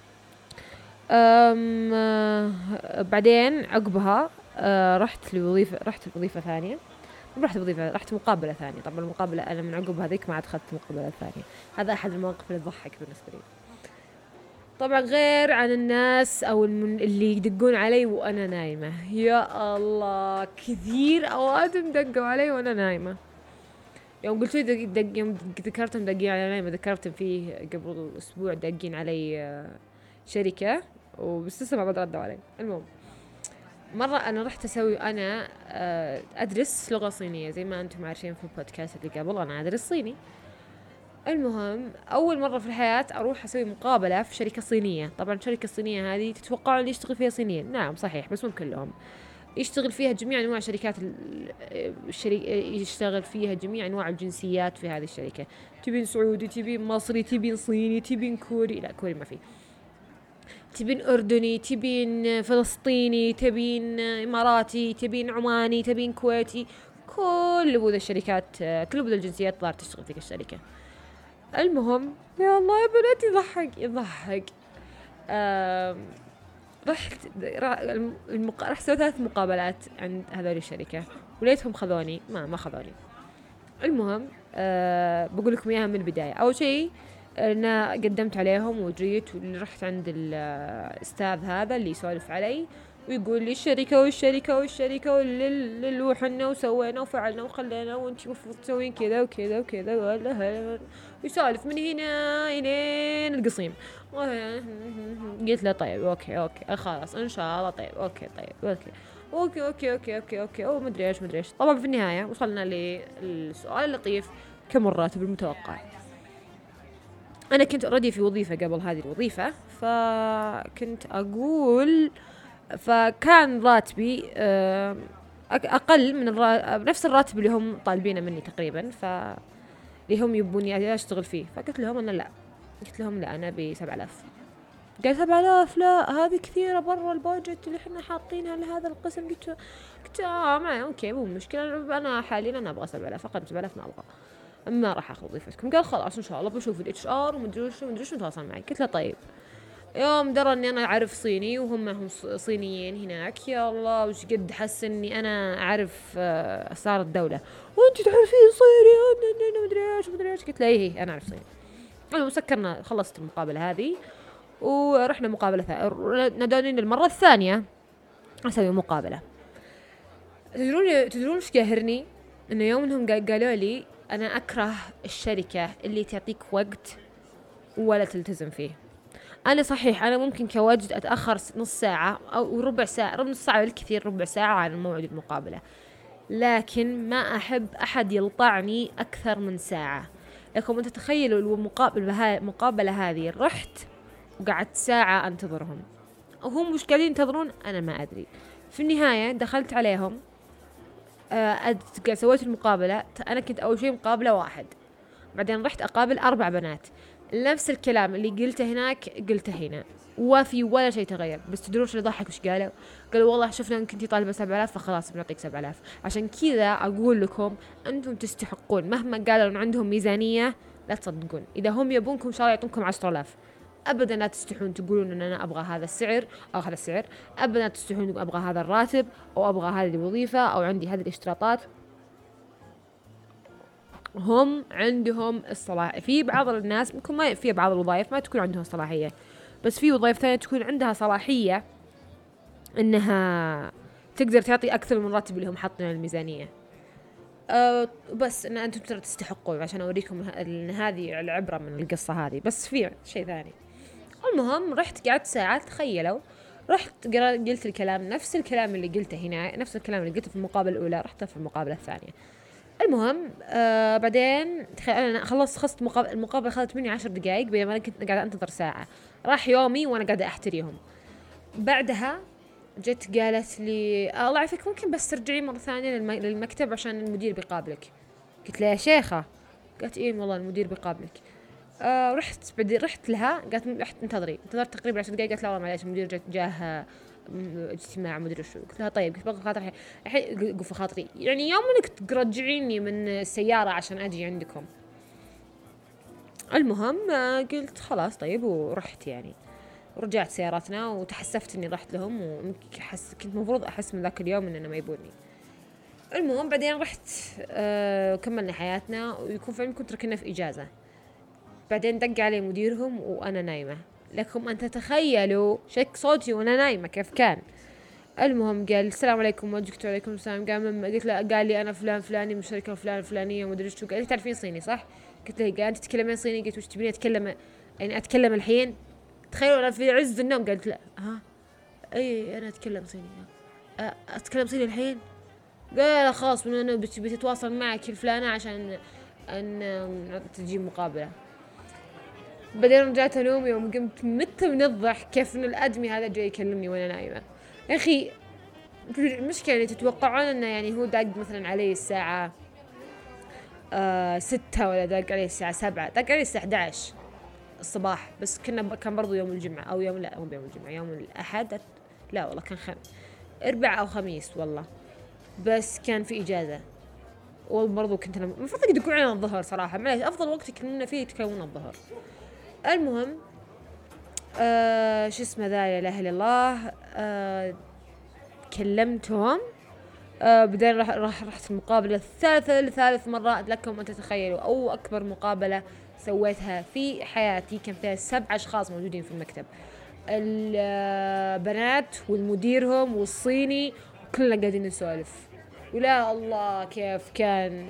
أم آه بعدين عقبها آه رحت لوظيفة رحت لوظيفة ثانية رحت وظيفة رحت مقابلة ثانية. طبعا المقابلة أنا من عقب هذيك ما عاد أخذت مقابلة ثانية. هذا أحد المواقف اللي تضحك بالنسبة لي. طبعا غير عن الناس أو اللي يدقون علي وأنا نايمة. يا الله كثير أوقات دقوا علي وأنا نايمة. يوم قلت لي دق دق يوم ذكرتهم دقين علي نايمة، ذكرتهم فيه قبل أسبوع دقين علي شركة وبس لسه ما بعد ردوا علي. المهم مرة أنا رحت أسوي أنا أدرس لغة صينية زي ما أنتم عارفين في البودكاست اللي قبل أنا أدرس صيني. المهم أول مرة في الحياة أروح أسوي مقابلة في شركة صينية. طبعا الشركة الصينية هذه تتوقعون اللي يشتغل فيها صينيين؟ نعم صحيح، بس مو كلهم. يشتغل فيها جميع أنواع شركات الشركة، يشتغل فيها جميع أنواع الجنسيات في هذه الشركة. تبين سعودي، تبين مصري، تبين صيني، تبين كوري، لا كوري ما فيه، تبين أردني، تبين فلسطيني، تبين إماراتي، تبين عماني، تبين كويتي، كل بوذا الشركات كل بوذا الجنسيات ظهر تشتغل في الشركة. المهم يا الله يا بناتي يضحك يضحك رحت المق... رحت سويت ثلاث مقابلات عند هذول الشركة وليتهم خذوني ما ما خذوني. المهم أه بقول لكم إياها من البداية. أول شيء أنا قدمت عليهم وجيت ورحت عند الأستاذ هذا اللي يسولف علي ويقول لي الشركة والشركة والشركة واللي وحنا وسوينا وفعلنا وخلينا وانتي المفروض تسوين كذا وكذا وكذا ولا هلا، ويسولف من هنا إلين القصيم. قلت له طيب أوكي أوكي خلاص إن شاء الله، طيب أوكي طيب أوكي أوكي أوكي أوكي أوكي أوكي أو مدري إيش مدري إيش. طبعا في النهاية وصلنا للسؤال اللطيف، كم الراتب المتوقع؟ أنا كنت أوريدي في وظيفة قبل هذه الوظيفة، فكنت أقول فكان راتبي أقل من الرا... نفس الراتب اللي هم طالبينه مني تقريبا، فاللي هم يبوني أشتغل فيه. فقلت لهم أنا لا، قلت لهم لا أنا أبي سبعة آلاف. قال سبعة آلاف لا هذه كثيرة برا البادجت اللي احنا حاطينها لهذا القسم. قلت قلت آه ما أوكي مو مشكلة، أنا حاليا أنا أبغى سبعة آلاف، أقل من سبعة آلاف ما أبغى، ما راح أخذ وظيفتكم. قال خلاص إن شاء الله بشوف الاتش ار ومدري وش ومدري وش متواصل معي. قلت له طيب. يوم درى اني انا اعرف صيني وهم هم صينيين هناك، يا الله وش قد حس اني انا اعرف اسرار الدوله، وانت تعرفين صيني انا مدري ايش مدري ايش. قلت له ايه انا اعرف صيني. المهم سكرنا، خلصت المقابله هذه ورحنا مقابله ثانيه، نادوني للمره الثانيه اسوي مقابله. تدرون تدرون وش قاهرني؟ انه يوم انهم قالوا لي انا اكره الشركه اللي تعطيك وقت ولا تلتزم فيه. أنا صحيح أنا ممكن كواجد أتأخر نص ساعة أو ربع ساعة، ربع نص ساعة بالكثير، ربع ساعة عن موعد المقابلة، لكن ما أحب أحد يلطعني أكثر من ساعة. لكم أنت تخيلوا المقابلة بها المقابلة هذه رحت وقعدت ساعة أنتظرهم وهم مش قاعدين ينتظرون، أنا ما أدري. في النهاية دخلت عليهم آه سويت المقابلة. أنا كنت أول شيء مقابلة واحد، بعدين رحت أقابل أربع بنات، نفس الكلام اللي قلته هناك قلته هنا، وفي ولا شيء تغير. بس تدرون شو ضحك وش قالوا؟ قالوا والله شفنا انك كنتي طالبه سبعة آلاف فخلاص بنعطيك سبعة آلاف. عشان كذا اقول لكم انتم تستحقون، مهما قالوا ان عندهم ميزانيه لا تصدقون. اذا هم يبونكم ان شاء الله يعطونكم عشرة آلاف، ابدا لا تستحون تقولون ان انا ابغى هذا السعر او هذا السعر، ابدا لا تستحون ابغى هذا الراتب او ابغى هذه الوظيفه او عندي هذه الاشتراطات. هم عندهم الصلاحية. في بعض الناس ممكن ما في بعض الوظائف ما تكون عندهم صلاحية، بس في وظائف ثانية تكون عندها صلاحية انها تقدر تعطي اكثر من الراتب اللي هم حاطين الميزانية. أه بس ان انتم ترى تستحقون، عشان اوريكم ان هذه العبرة من القصة هذه. بس في شيء ثاني. المهم رحت قعدت ساعات، تخيلوا رحت قلت الكلام نفس الكلام اللي قلته هنا، نفس الكلام اللي قلته في المقابلة الأولى رحت في المقابلة الثانية. المهم آه بعدين تخيل انا خلصت خلصت مقابل المقابله اخذت مني عشر دقائق بينما انا كنت قاعده انتظر ساعه. راح يومي وانا قاعده احتريهم. بعدها جت قالت لي الله يعافيك ممكن بس ترجعي مره ثانيه للمكتب عشان المدير بيقابلك. قلت لها يا شيخه. قالت ايه والله المدير بيقابلك. آه رحت بعدين رحت لها قالت رحت انتظري، انتظرت تقريبا عشر دقائق. قالت لا والله معليش المدير جت جاه اجتماع مدري شو. قلت لها طيب. قلت بقى خاطري الحين قف خاطري يعني يوم انك ترجعيني من السياره عشان اجي عندكم. المهم قلت خلاص طيب ورحت يعني، ورجعت سيارتنا وتحسفت اني رحت لهم، وحس كنت مفروض احس من ذاك اليوم اننا ما يبوني. المهم بعدين رحت آه كملنا حياتنا، ويكون في علمكم تركنا في اجازه. بعدين دق علي مديرهم وانا نايمه، لكم ان تتخيلوا شك صوتي وانا نايمه كيف كان. المهم قال السلام عليكم وجهك وعليكم السلام. قال قلت له قال لي انا فلان فلاني من الشركه الفلان الفلانيه وما ادري شو. قال لي تعرفين صيني صح؟ قلت له قال انت تتكلمين صيني؟ قلت وش تبيني اتكلم يعني اتكلم الحين؟ تخيلوا انا في عز النوم. قالت لا ها اي انا اتكلم صيني. أه اتكلم صيني الحين؟ قال خلاص من انا بتتواصل معك الفلانه عشان ان تجي مقابله. بعدين رجعت انوم. يوم قمت مت من الضحك كيف ان الادمي هذا جاي يكلمني وانا نايمه. يا اخي المشكله اللي تتوقعون انه يعني هو دق مثلا علي الساعه آه ستة ولا دق علي الساعه سبعة، دق علي الساعه احد عشر الصباح. بس كنا كان برضو يوم الجمعه او يوم لا مو يوم الجمعه يوم الاحد، لا والله كان خم اربع او خميس والله، بس كان في اجازه. وبرضو كنت انا المفروض يدقون علينا الظهر صراحه، معليش افضل وقت يكلمونا فيه يتكلمون الظهر. المهم آه شو اسمه ذا لا اله الا الله. آه كلمتهم. آه بعدين راح راح رحت المقابله الثالثه لثالث مره. لكم ان تتخيلوا او اكبر مقابله سويتها في حياتي كان فيها سبع اشخاص موجودين في المكتب. البنات والمديرهم والصيني كلنا قاعدين نسولف، ولا الله كيف كان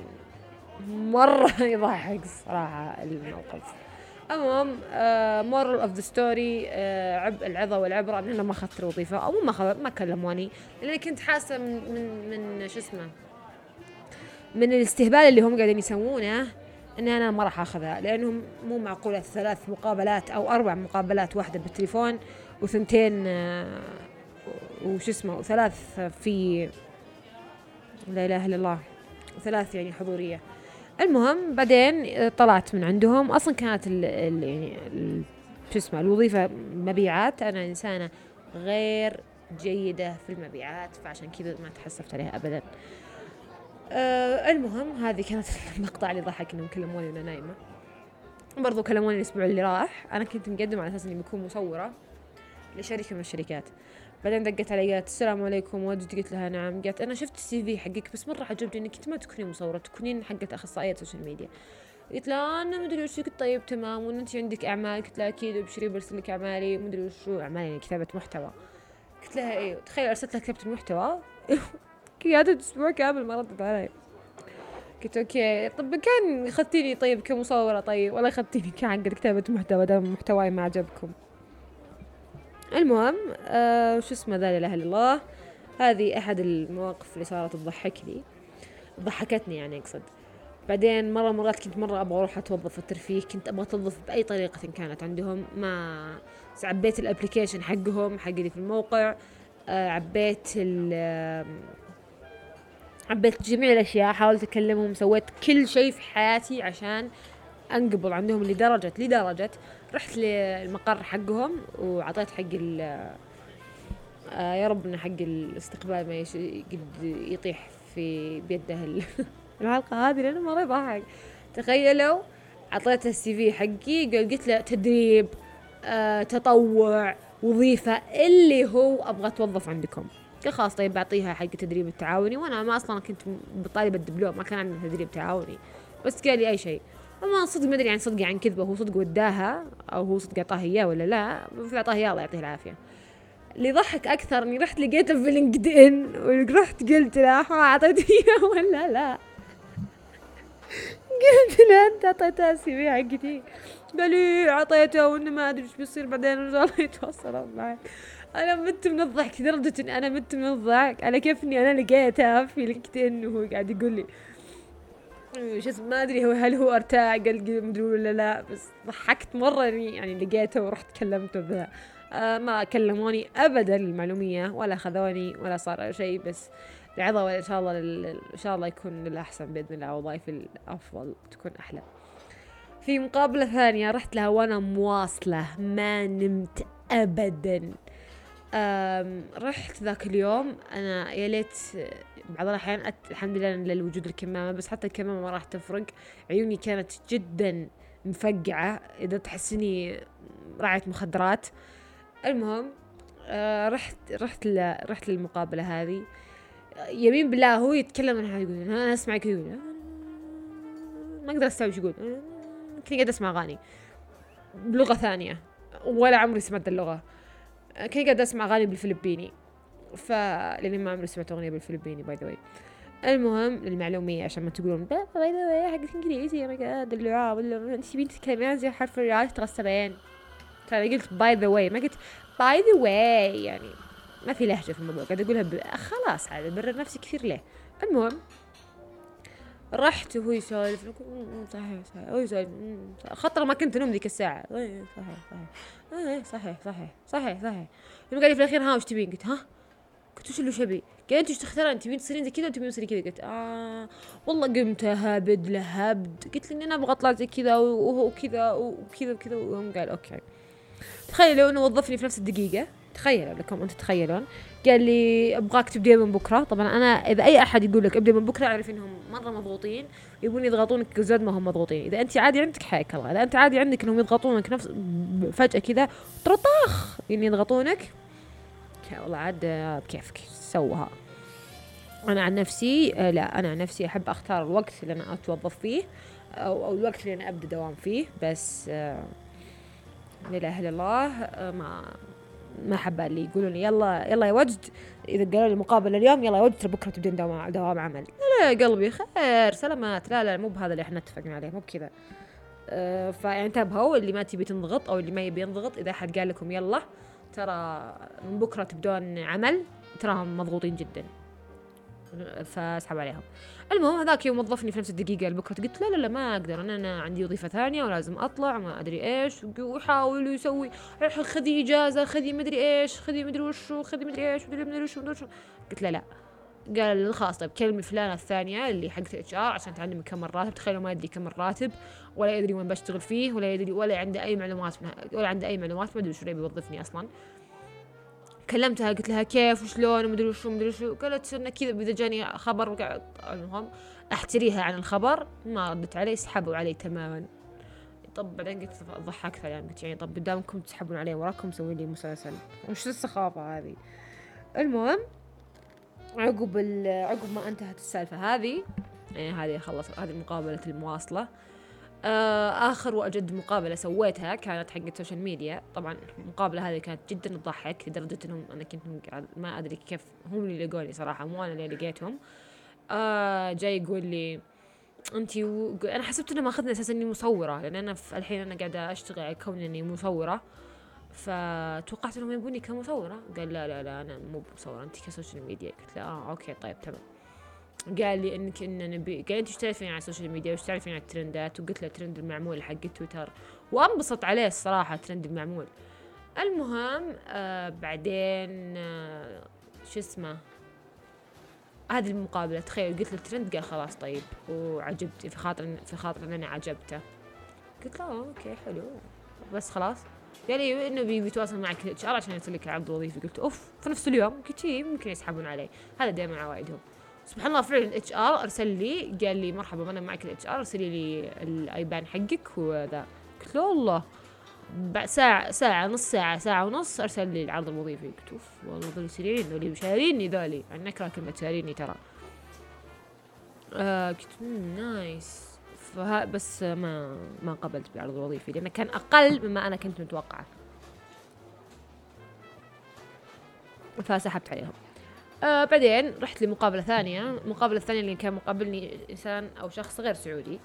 مرة يضحك صراحة الموقف. المهم moral of the story، عب العظة والعبرة ان انا ما اخذت الوظيفة، او ما خ... ما كلموني، لاني كنت حاسة من من, من شو اسمه من الاستهبال اللي هم قاعدين يسوونه ان انا ما راح اخذها، لانهم مو معقولة ثلاث مقابلات او اربع مقابلات، واحدة بالتليفون وثنتين وش اسمه وثلاث في لا اله الا الله وثلاث يعني حضورية. المهم بعدين طلعت من عندهم، اصلا كانت ال ال يعني ال شو اسمه الوظيفة مبيعات، انا انسانة غير جيدة في المبيعات، فعشان كذا ما تحسفت عليها ابدا. أه المهم هذه كانت المقطع اللي ضحك انهم كلموني وانا نايمة. برضو كلموني الاسبوع اللي راح، انا كنت مقدمة على اساس اني بكون مصورة لشركة من الشركات. بعدين دقت علي قالت السلام عليكم وجدت، قلت لها نعم. قالت انا شفت السي في حقك بس مره عجبني انك انت ما تكونين مصوره، تكونين حقه اخصائيه سوشيال ميديا. قلت لها انا مدري وش. قلت طيب تمام، وان انت عندك اعمال؟ قلت لها اكيد، وبشري برسل لك اعمالي مدري وش اعمالي يعني كتابه محتوى. قلت لها ايه، تخيل ارسلت لها كتابه المحتوى قعدت اسبوع كامل ما ردت علي. قلت اوكي طب كان اخذتيني طيب كمصوره، طيب ولا اخذتيني كحق كتابه محتوى دام محتواي ما عجبكم. المهم آه شو اسمه ذا لا اله الا الله، هذه احد المواقف اللي صارت تضحكني ضحكتني يعني اقصد. بعدين مره مرات كنت مره ابغى اروح اتوظف في الترفيه، كنت ابغى اتوظف باي طريقه كانت عندهم، ما عبيت الابلكيشن حقهم حق اللي في الموقع، آه عبيت ال عبيت جميع الاشياء، حاولت اكلمهم، سويت كل شيء في حياتي عشان انقبض عندهم، لدرجه لدرجه رحت للمقر حقهم وعطيت حق ال آه يا رب ان حق الاستقبال ما يش... قد يطيح في بيده ال... الحلقه هذه لانه مره يضحك. تخيلوا عطيت السي في حقي، قلت له تدريب، آه تطوع، وظيفه، اللي هو ابغى اتوظف عندكم. قال خلاص طيب بعطيها حق تدريب التعاوني، وانا ما اصلا كنت بطالبه الدبلوم، ما كان عندنا تدريب تعاوني، بس قال لي اي شيء. اما صدق ما ادري يعني صدق عن كذبه، هو صدق وداها او هو صدق اعطاه اياه ولا لا، فاعطاه اياه الله يعطيه العافيه. اللي ضحك اكثر اني رحت لقيته في لينكد ان، ورحت قلت له ها اعطيته اياه ولا لا. قلت له انت اعطيته السي في حقتي؟ قال لي اعطيته وانه ما ادري ايش بيصير بعدين ان شاء الله يتواصلون معك. انا مت من الضحك لدرجه ان انا مت من الضحك على كيف اني انا لقيتها في لينكد ان وهو قاعد يقول لي شو اسمه ما ادري هو هل هو ارتاع قال مدري ولا لا، بس ضحكت مره يعني لقيته ورحت كلمته بها. آه ما كلموني ابدا المعلوميه، ولا خذوني ولا صار شيء، بس العظة وان شاء الله ان شاء الله يكون للاحسن باذن الله، وظائف الافضل تكون احلى. في مقابله ثانيه رحت لها وانا مواصله ما نمت ابدا. رحت ذاك اليوم انا يا ليت بعض الاحيان أت... الحمد لله للوجود الكمامه، بس حتى الكمامه ما راح تفرق، عيوني كانت جدا مفقعه اذا تحسني رعايه مخدرات. المهم آه رحت رحت ل... رحت للمقابله هذه، يمين بالله هو يتكلم عن حاجه، يقول انا اسمعك يقول ما اقدر استوعب ايش يقول، كنت قاعد اسمع اغاني بلغه ثانيه ولا عمري سمعت اللغه، كنت قاعد اسمع اغاني بالفلبيني، ف لاني ما عمري سمعت اغنيه بالفلبيني باي ذا واي. المهم للمعلوميه عشان ما تقولون باي ذا واي حق انجليزي ما قاعد اللعاب ولا انت تبين تتكلمين زي حرف الراء تغسلين، ترى قلت باي ذا واي ما قلت باي ذا واي، يعني ما في لهجه في الموضوع، قاعد اقولها ب... خلاص عاد برر نفسي كثير ليه. المهم رحت وهو يسولف صحيح صحيح هو يسولف خطر ما كنت انوم ذيك الساعه صحيح صحيح ايه صحيح صحيح صحيح صحيح. يوم قال لي في الاخير ها وش تبين؟ قلت ها قلت وش اللي شبي؟ قال انت وش تختارين تبين تصيرين زي كذا ولا تبين تصيرين كذا؟ قلت اه والله قمت هبد لهبد، قلت لي اني انا ابغى اطلع زي كذا وهو كذا وكذا وكذا، وهم قال اوكي. تخيلوا انه وظفني في نفس الدقيقه، تخيلوا لكم انتم تتخيلون، قال لي ابغاك تبدي من بكره. طبعا انا اذا اي احد يقول لك ابدي من بكره اعرف انهم مره مضغوطين يبون يضغطونك زاد ما هم مضغوطين. اذا انت عادي عندك حياك الله، اذا انت عادي عندك انهم يضغطونك نفس فجاه كذا طرطاخ يعني يضغطونك، والله عاد بكيفك سوها. انا عن نفسي لا انا عن نفسي احب اختار الوقت اللي انا اتوظف فيه او, أو الوقت اللي انا ابدا دوام فيه، بس لا اله الا الله ما ما حبا اللي يقولون لي يلا يلا يا وجد، إذا قالوا لي مقابلة اليوم يلا يا وجد ترى بكرة تبدين دوام دوام عمل، لا لا قلبي خير سلامات، لا لا مو بهذا اللي احنا اتفقنا عليه، مو بكذا. أه فيعني انتبهوا اللي ما تبي تنضغط أو اللي ما يبي ينضغط، إذا أحد قال لكم يلا ترى من بكرة تبدون عمل تراهم مضغوطين جدا، فاسحب عليهم. المهم هذاك يوم وظفني في نفس الدقيقة لبكرة، قلت لا لا لا ما أقدر، أنا, أنا عندي وظيفة ثانية ولازم أطلع ما أدري إيش، ويحاول يسوي خذي إجازة خذي مدري إيش خذي مدري وشو خذي مدري إيش مدري مدري وشو مدري وشو. قلت لا لا، قال خلاص طيب كلمي فلانة الثانية اللي حقت اتش ار عشان تعلمي كم الراتب. تخيلوا ما يدري كم الراتب ولا يدري وين بشتغل فيه ولا يدري ولا عنده أي معلومات ولا عنده أي معلومات، ما أدري شو يبي يوظفني أصلاً. كلمتها قلت لها كيف وشلون ومدري وشو مدري وشو، قالت انه كذا اذا جاني خبر وقعد. المهم احتريها عن الخبر، ما ردت علي، سحبوا علي تماما. طب بعدين قلت ضحكتها يعني، قلت يعني طب قدامكم تسحبون علي وراكم سوي لي مسلسل، وش السخافه هذه. المهم عقب عقب ما انتهت السالفه هذه، يعني هذه خلص هذه مقابله المواصله. آخر وأجد مقابلة سويتها كانت حقت السوشيال ميديا. طبعا المقابلة هذه كانت جدا تضحك لدرجة أنهم أنا كنت ما أدري كيف هم اللي لقوني صراحة، مو أنا اللي لقيتهم. آه جاي يقول لي أنتي و... أنا حسبت أنه ما أخذني أساسا إني مصورة، لأن أنا في الحين أنا قاعدة أشتغل على كون إني مصورة، فتوقعت أنهم يبوني كمصورة. قال لا لا لا أنا مو مصورة، أنتي كسوشيال ميديا. قلت له آه أوكي طيب تمام. قال لي انك ان نبي، قال انت ايش تعرفين عن السوشيال ميديا وايش تعرفين عن الترندات، وقلت له ترند المعمول حق تويتر، وانبسط عليه الصراحه ترند المعمول. المهم آه بعدين آه شو اسمه هذه المقابله، تخيل قلت له الترند، قال خلاص طيب وعجبت في خاطر في خاطر ان انا عجبته. قلت له اوكي حلو بس خلاص. قال لي انه بيتواصل معك اتش ار عشان يرسل لك عرض وظيفي. قلت اوف في نفس اليوم؟ قلت يمكن يسحبون علي، هذا دائما عوائدهم. سبحان الله فعلا الاتش ار ارسل لي قال لي مرحبا انا معك الاتش ار، ارسلي لي الايبان حقك وذا. قلت له والله بعد ساعه ساعه نص ساعه ساعه ونص ارسل لي العرض الوظيفي. قلت اوف والله ذولي سريعين، ذولي شاريني ذولي، يعني نكره كلمه شاريني ترى. آه قلت نايس. فها بس ما ما قبلت بعرض الوظيفي لانه كان اقل مما انا كنت متوقعه، فسحبت عليهم. آه بعدين رحت لمقابلة ثانية. المقابلة الثانية اللي كان مقابلني إنسان أو شخص غير سعودي.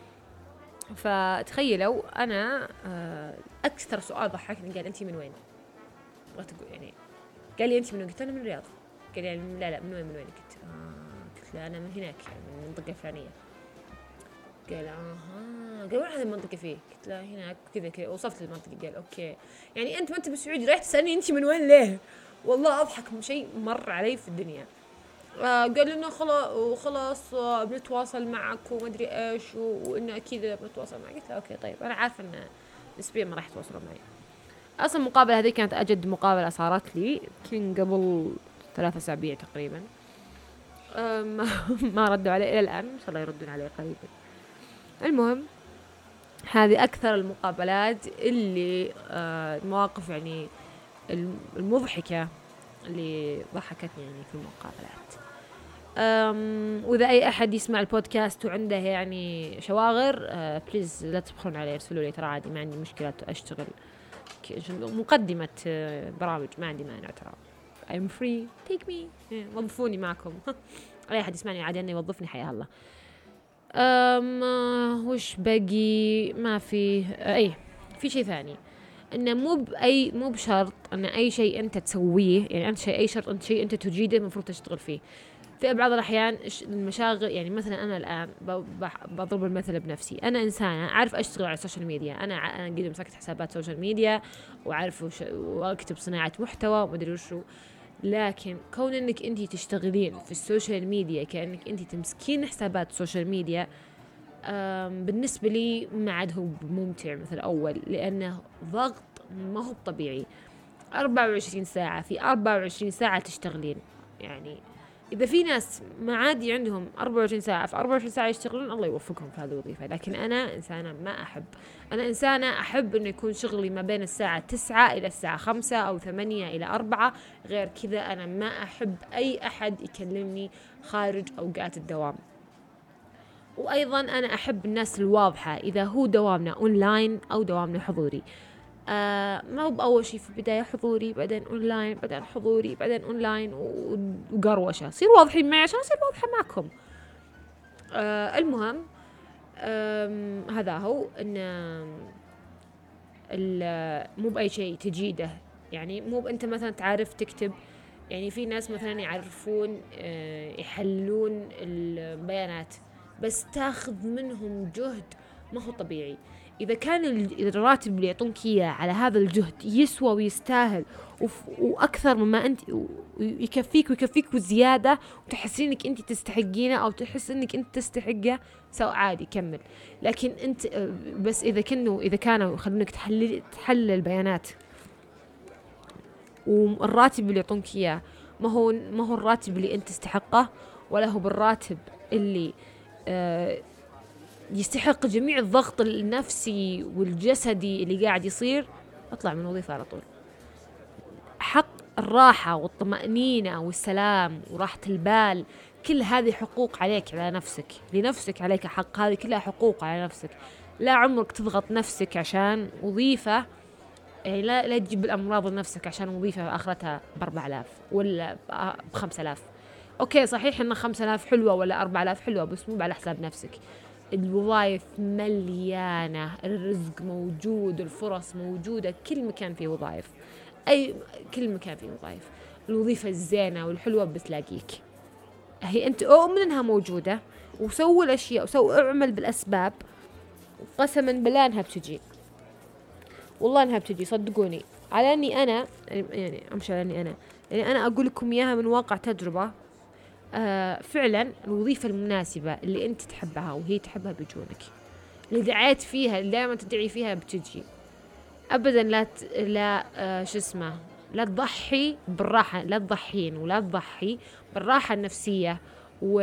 فتخيلوا أنا آه أكثر سؤال ضحكني، قال أنتي من وين؟ تقول يعني قال لي أنتي من وين؟ قلت أنا من الرياض. قال لي لا لا من وين من وين؟ قلت آه قلت له أنا من هناك يعني من المنطقة الفلانية. قال آها قال وين هذه المنطقة فيه؟ قلت له هناك كذا كذا، وصفت المنطقة. قال أوكي يعني أنت ما أنت بالسعودي رايح تسألني أنتي من وين ليه؟ والله أضحك شيء مر علي في الدنيا. آه قال لنا خلاص وخلاص آه بنتواصل معك وما ادري ايش وانه اكيد بنتواصل معك. قلت له اوكي طيب انا عارفه ان نسبيا ما راح يتواصلوا معي. اصلا المقابله هذه كانت اجد مقابله صارت لي كان قبل ثلاثة اسابيع تقريبا. ما ردوا علي الى الان، ان شاء الله يردون علي قريبا. المهم هذه اكثر المقابلات اللي آه المواقف يعني المضحكه اللي ضحكتني يعني في المقابلات. أم وإذا أي أحد يسمع البودكاست وعنده يعني شواغر أه بليز لا تبخلون علي، ارسلوا لي ترى عادي ما عندي مشكلة أشتغل مقدمة برامج، ما عندي مانع ترى I'm free take me وظفوني معكم. أي أحد يسمعني عادي أنه يوظفني حيا الله. أم وش بقي ما في أي في شيء ثاني، إنه مو بأي مو بشرط إن أي شيء أنت تسويه يعني أنت شيء أي شرط أنت شيء أنت تجيده المفروض تشتغل فيه. في بعض الأحيان المشاغل يعني مثلا أنا الآن بضرب المثل بنفسي، أنا إنسانة أعرف أشتغل على السوشيال ميديا، أنا أنا قد مسكت حسابات سوشيال ميديا وأعرف وش وأكتب صناعة محتوى ومدري وشو، لكن كون إنك أنتي تشتغلين في السوشيال ميديا كأنك أنتي تمسكين حسابات السوشيال ميديا بالنسبة لي ما عاد هو ممتع مثل أول، لأنه ضغط ما هو طبيعي. أربعة وعشرين ساعة في أربعة وعشرين ساعة تشتغلين، يعني إذا في ناس ما عادي عندهم أربعة وعشرين ساعة في أربعة وعشرين ساعة يشتغلون الله يوفقهم في هذه الوظيفة، لكن أنا إنسانة ما أحب أنا إنسانة أحب إنه يكون شغلي ما بين الساعة تسعة إلى الساعة خمسة أو ثمانية إلى أربعة، غير كذا أنا ما أحب أي أحد يكلمني خارج أوقات الدوام. وأيضا أنا أحب الناس الواضحة، إذا هو دوامنا أونلاين أو دوامنا حضوري. آه ما هو بأول شيء في البداية حضوري بعدين أونلاين بعدين حضوري بعدين أونلاين وقروشة. صير واضحين معي عشان أصير واضحة معكم. آه المهم هذا هو إن مو بأي شيء تجيده، يعني مو أنت مثلا تعرف تكتب، يعني في ناس مثلا يعرفون يحللون البيانات بس تاخذ منهم جهد ما هو طبيعي. إذا كان الراتب اللي يعطونك إياه على هذا الجهد يسوى ويستاهل وأكثر مما أنت يكفيك ويكفيك وزيادة وتحسين إنك أنت تستحقينه أو تحس إنك أنت تستحقه، سو عادي كمل. لكن أنت بس إذا كانوا إذا كانوا يخلونك تحلل تحلل البيانات والراتب اللي يعطونك إياه ما هو ما هو الراتب اللي أنت تستحقه، ولا هو بالراتب اللي آه يستحق جميع الضغط النفسي والجسدي اللي قاعد يصير، اطلع من الوظيفة على طول. حق الراحة والطمأنينة والسلام وراحة البال، كل هذه حقوق عليك على نفسك، لنفسك عليك حق، هذه كلها حقوق على نفسك. لا عمرك تضغط نفسك عشان وظيفة، يعني لا لا تجيب الأمراض لنفسك عشان وظيفة آخرتها بأربع آلاف ولا بخمس آلاف. أوكي صحيح إن خمس آلاف حلوة ولا أربع آلاف حلوة، بس مو على حساب نفسك. الوظائف مليانة، الرزق موجود، الفرص موجودة، كل مكان فيه وظائف، أي كل مكان فيه وظائف. الوظيفة الزينة والحلوة بتلاقيك، هي أنت أؤمن إنها موجودة وسوي الأشياء وسوي اعمل بالأسباب، قسما بالله إنها بتجي، والله إنها بتجي صدقوني. على إني أنا يعني أمشي على إني أنا يعني أنا أقول لكم إياها من واقع تجربة. آه فعلا الوظيفة المناسبة اللي أنت تحبها وهي تحبها بيجونك، اللي دعيت فيها اللي دائما تدعي فيها بتجي أبدا. لا ت... لا آه شو اسمه لا تضحي بالراحة، لا تضحين ولا تضحي بالراحة النفسية و...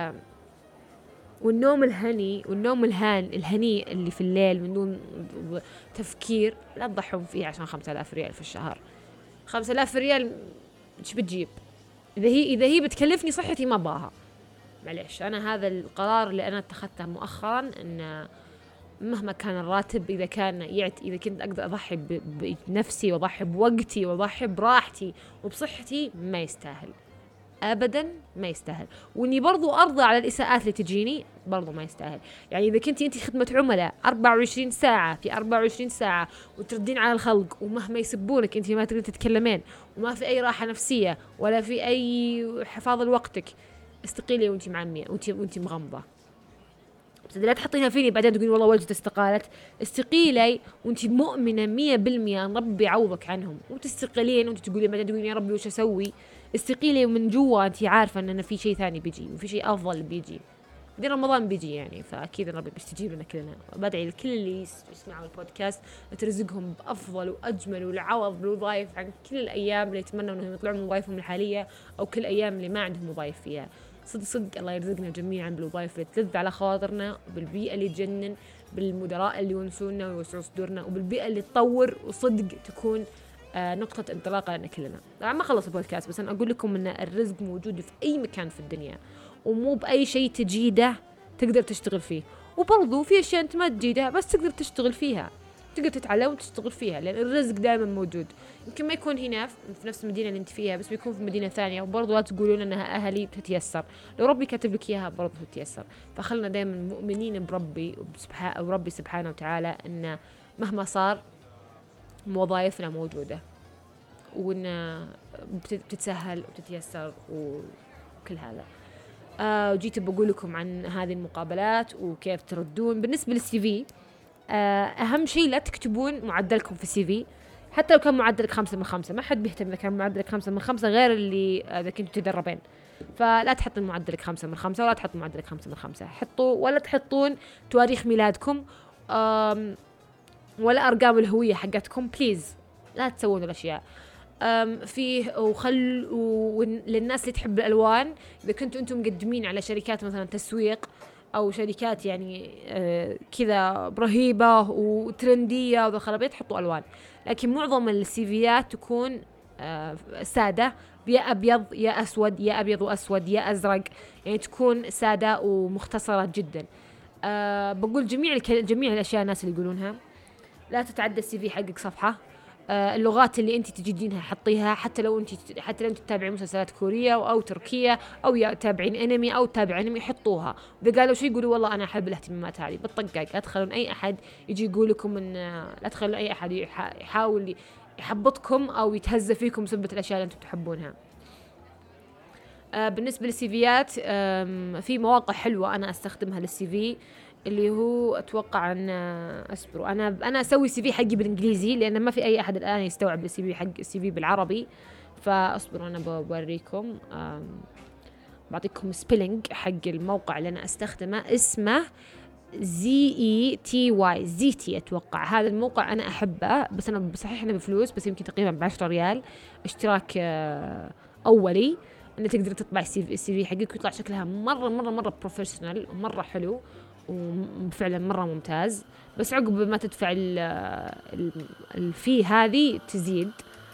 والنوم الهني والنوم الهان الهنيء اللي في الليل من دون تفكير، لا تضحون فيه عشان خمسة آلاف ريال في الشهر. خمسة آلاف ريال إيش بتجيب؟ إذا هي إذا هي بتكلفني صحتي ما باها، معليش. أنا هذا القرار اللي أنا اتخذته مؤخرا، إن مهما كان الراتب، إذا كان يعت إذا كنت أقدر أضحي بنفسي وأضحي بوقتي وأضحي براحتي وبصحتي، ما يستاهل أبدا، ما يستاهل. وإني برضو أرضى على الإساءات اللي تجيني، برضو ما يستاهل. يعني إذا كنتي أنت خدمة عملاء أربعة وعشرين ساعة في أربعة وعشرين ساعة وتردين على الخلق ومهما يسبونك أنت ما تقدرين تتكلمين وما في أي راحة نفسية ولا في أي حفاظ لوقتك، استقيلي وأنت معمية وأنت وأنت مغمضة. بس لا تحطينها فيني بعدين تقولين والله والدتي استقالت. استقيلي وأنت مؤمنة مية بالمية أن ربي يعوضك عنهم، وتستقيلين وأنت تقولين بعدين تقولين يا ربي وش أسوي. استقيلي من جوا أنت عارفة أن في شيء ثاني بيجي وفي شيء أفضل بيجي، دي رمضان بيجي يعني، فأكيد ربي بيستجيب لنا كلنا. بدعي لكل اللي يسمعوا البودكاست ترزقهم بأفضل وأجمل والعوض بالوظائف عن كل الأيام اللي يتمنوا أنهم يطلعون من وظائفهم الحالية أو كل الأيام اللي ما عندهم وظائف فيها. صدق صدق الله يرزقنا جميعا بالوظائف اللي تلذ على خاطرنا، بالبيئة اللي تجنن، بالمدراء اللي يونسونا ويوسعوا صدورنا، وبالبيئة اللي تطور وصدق تكون آه نقطة انطلاقة لنا كلنا. طبعا ما خلص البودكاست، بس أنا أقول لكم أن الرزق موجود في أي مكان في الدنيا، ومو بأي شيء تجيده تقدر تشتغل فيه. وبرضو في أشياء أنت ما تجيدها بس تقدر تشتغل فيها، تقدر تتعلم وتشتغل فيها، لأن الرزق دائما موجود. يمكن ما يكون هنا في نفس المدينة اللي أنت فيها، بس بيكون في مدينة ثانية، وبرضو لا تقولون أنها أهلي بتتيسر، لو ربي كاتب لك إياها برضو تتيسر. فخلنا دائما مؤمنين بربي وربي سبحانه وتعالى أن مهما صار وظائفنا موجودة وأن بتتسهل وتتيسر وكل هذا. آه وجيت بقول لكم عن هذه المقابلات وكيف تردون. بالنسبة للسي في، آه أهم شيء لا تكتبون معدلكم في السي في، حتى لو كان معدلك خمسة من خمسة، ما حد بيهتم إذا كان معدلك خمسة من خمسة غير اللي إذا كنتوا تدربين. فلا تحطون معدلك خمسة من خمسة ولا تحطون معدلك خمسة من خمسة، حطوا ولا تحطون تواريخ ميلادكم ولا أرقام الهوية حقتكم، بليز لا تسوون الأشياء. أم فيه وخل وللناس اللي تحب الألوان، إذا كنتوا أنتم مقدمين على شركات مثلا تسويق أو شركات يعني آه كذا رهيبة وترندية وذا خرابيط، حطوا ألوان. لكن معظم السيفيات تكون آه سادة، يا أبيض يا أسود يا أبيض وأسود يا أزرق، يعني تكون سادة ومختصرة جدا. آه بقول جميع جميع الأشياء الناس اللي يقولونها. لا تتعدى السي في حقك صفحة. آه اللغات اللي انت تجدينها حطيها، حتى لو انت حتى لو انت تتابعين مسلسلات كورية او, أو تركية او يا تابعين انمي او تابع انمي، حطوها. اذا قالوا شيء يقولوا والله انا احب الاهتمامات هذه بالطقاق. لا تخلون اي احد يجي يقول لكم ان لا تخلون اي احد يحاول يحبطكم او يتهزأ فيكم بسبب الاشياء اللي انتم تحبونها. آه بالنسبة للسيفيات، في مواقع حلوة أنا أستخدمها للسي في، اللي هو أتوقع أن أصبروا أنا أنا أسوي سي في حقي بالإنجليزي لأن ما في أي أحد الآن يستوعب السي في حق السي في بالعربي. فأصبروا أنا بوريكم، بعطيكم سبيلينج حق الموقع اللي أنا أستخدمه. اسمه زي اي تي واي زيتي أتوقع. هذا الموقع أنا أحبه، بس أنا بصحيح أنا بفلوس، بس يمكن تقريبا بعشرة ريال اشتراك أولي، انك تقدر تطبع السي في حقك ويطلع شكلها مره مره مره بروفيشنال ومره حلو وفعلا مره ممتاز. بس عقب ما تدفع الفي هذه تزيد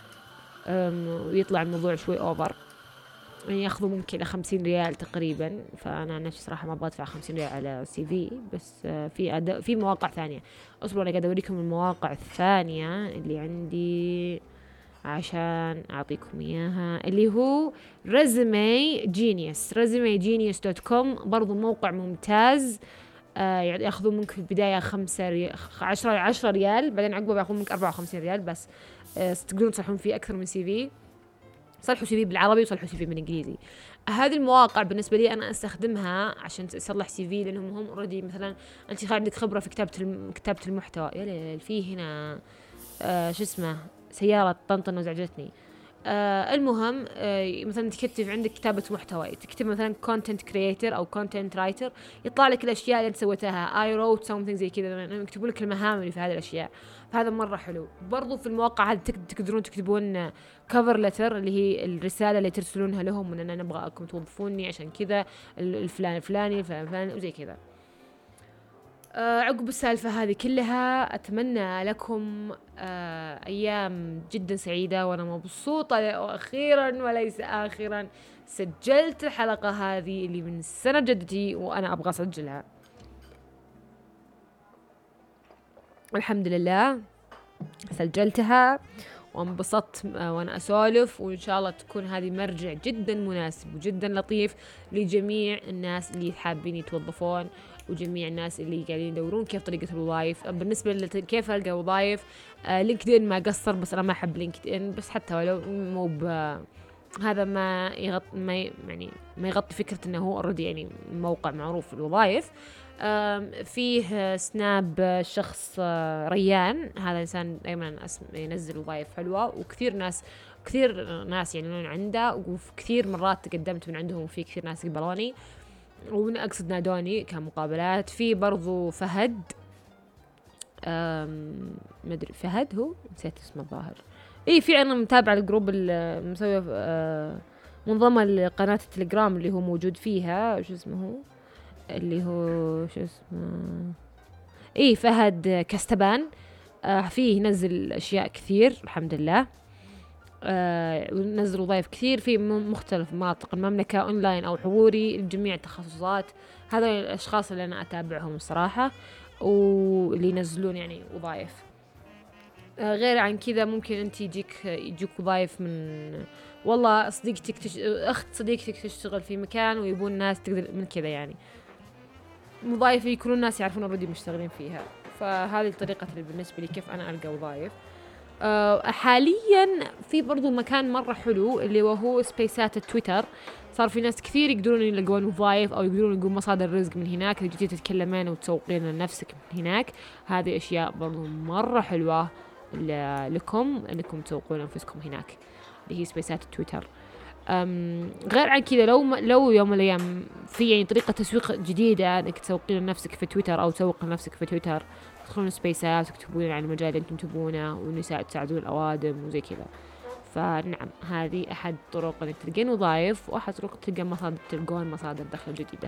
ويطلع الموضوع شوي اوفر، يعني ياخذوا ممكن الى خمسين ريال تقريبا. فانا نفسي صراحه ما ابغى ادفع خمسين ريال على سي في. بس في أد... في مواقع ثانيه. اصبروا انا قاعده اوريكم المواقع الثانيه اللي عندي عشان أعطيكم إياها، اللي هو ريزومي جينيوس ريزومي جينيوس دوت كوم. برضو موقع ممتاز. آه يعني ياخذون منك في البداية خمسة ريال عشرة عشرة ريال، بعدين عقبه بياخذون منك أربعة وخمسين ريال بس. آه تقدرون تصلحون فيه أكثر من سي في، صلحوا سي في بالعربي وصلحوا سي في بالإنجليزي. هذه المواقع بالنسبة لي أنا أستخدمها عشان تصلح سي في، لأنهم هم أوريدي مثلا أنت عندك خبرة في كتابة كتابة المحتوى. يا ليل في هنا آه شو اسمه سيارة طنطن وزعجتني. آه المهم آه مثلا تكتب عندك كتابة محتوى، تكتب مثلا content creator أو content writer، يطلع لك الأشياء اللي أنت سويتها. I wrote something زي كذا، يكتبوا لك المهام اللي في هذه الأشياء. فهذا مرة حلو. برضو في المواقع هذه تقدرون تكتبون cover letter اللي هي الرسالة اللي ترسلونها لهم، إن أنا نبغاكم توظفوني عشان كذا الفلان الفلاني الفلان الفلاني وزي كذا. آه عقب السالفة هذه كلها أتمنى لكم آه أيام جدا سعيدة، وأنا مبسوطة وأخيرا وليس آخرا سجلت الحلقة هذه اللي من سنة جدتي وأنا أبغى أسجلها. الحمد لله سجلتها وانبسطت وانا اسولف، وان شاء الله تكون هذه مرجع جدا مناسب وجدا لطيف لجميع الناس اللي حابين يتوظفون وجميع الناس اللي قاعدين يدورون كيف طريقة الوظائف. بالنسبة لكيف ألقى وظائف، آه لينكدين ما قصر، بس أنا ما أحب لينكدين، بس حتى ولو مو هذا ما يغطي ما يعني ما يغطي فكرة إنه هو أوريدي يعني موقع معروف للوظائف. فيه سناب شخص ريان، هذا إنسان دائما ينزل وظائف حلوة، وكثير ناس كثير ناس يعني عنده، وكثير مرات تقدمت من عندهم وفي كثير ناس قبلوني وأنا أقصد نادوني كمقابلات. في برضو فهد، مدري فهد هو نسيت اسمه الظاهر. إيه في أنا متابعة الجروب المسوي منظمة لقناة التليجرام اللي هو موجود فيها، شو اسمه هو اللي هو شو اسمه إيه فهد كستبان. آه فيه ينزل أشياء كثير الحمد لله. آه ونزل وظائف كثير في مختلف مناطق المملكة، أونلاين أو حضوري، لجميع التخصصات. هذا الأشخاص اللي أنا أتابعهم الصراحة واللي ينزلون يعني وظائف. آه غير عن كذا ممكن أنت يجيك يجيك وظائف من والله صديقتك تش... أخت صديقتك تشتغل في مكان ويبون ناس تقدر من كذا، يعني وظائف يكونون الناس يعرفون أوريدي مشتغلين فيها. فهذه الطريقة اللي بالنسبة لي كيف أنا ألقى وظائف. أه حاليا في برضو مكان مرة حلو اللي وهو سبيسات التويتر. صار في ناس كثير يقدرون يلقون وظائف أو يقدرون يلقون مصادر رزق من هناك، إذا جيتي تتكلمين وتسوقين لنفسك من هناك. هذه أشياء برضو مرة حلوة لكم إنكم تسوقون أنفسكم هناك، اللي هي سبيسات التويتر. أم غير عن كذا لو لو يوم من الأيام في يعني طريقة تسويق جديدة إنك تسوقين لنفسك في تويتر أو تسوق لنفسك في تويتر، تدخلون سبيسات وتكتبون عن المجال اللي أنتم تبونه ونساء تساعدون الأوادم وزي كذا. فنعم هذه أحد طرق إنك تلقين وظائف، وأحد طرق تلقين مصادر تلقون مصادر دخل جديدة.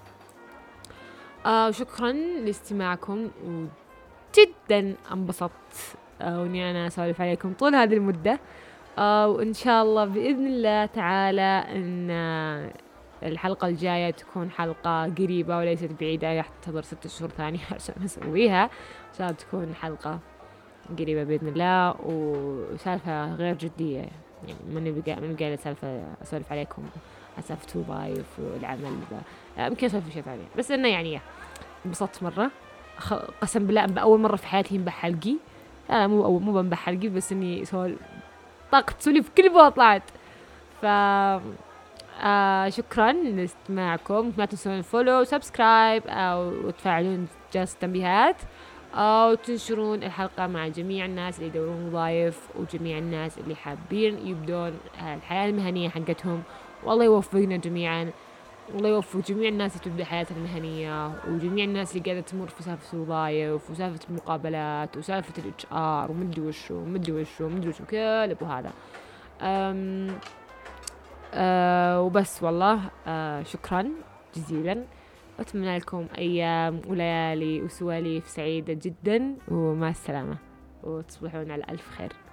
آه شكرا لاستماعكم، وجدا انبسطت آه وإني أنا أسولف عليكم طول هذه المدة. آه وإن شاء الله بإذن الله تعالى إن الحلقة الجاية تكون حلقة قريبة وليست بعيدة، يحتضر ستة شهور ثانية عشان أسويها، عشان تكون حلقة قريبة بإذن الله، وسالفة غير جدية يعني، ماني بقى من قاعدة سالفة أسولف عليكم على سالفة وظايف والعمل ذا، يمكن أسولف شيء ثاني، بس إنه يعني انبسطت مرة قسم بالله بأول مرة في حياتي انبح حلقي. لا مو أول، مو بنبح حلقي، بس إني سول طاقة سولف كل ما طلعت. ف آه شكرا لاستماعكم، ما تنسون الفولو سبسكرايب أو تفعلون جرس التنبيهات، أو تنشرون الحلقة مع جميع الناس اللي يدورون وظائف وجميع الناس اللي حابين يبدون الحياة المهنية حقتهم. والله يوفقنا جميعا، والله يوفق جميع الناس اللي تبدأ حياتها المهنية، وجميع الناس اللي قاعدة تمر في سالفة الوظائف وسالفة المقابلات وسالفة الاتش ار ومدري وشو ومدري وشو ومدري وشو كل ابو هذا. أم أه وبس والله أه شكرا جزيلا، وأتمنى لكم أيام وليالي وسواليف سعيدة جدا، ومع السلامة، وتصبحون على ألف خير.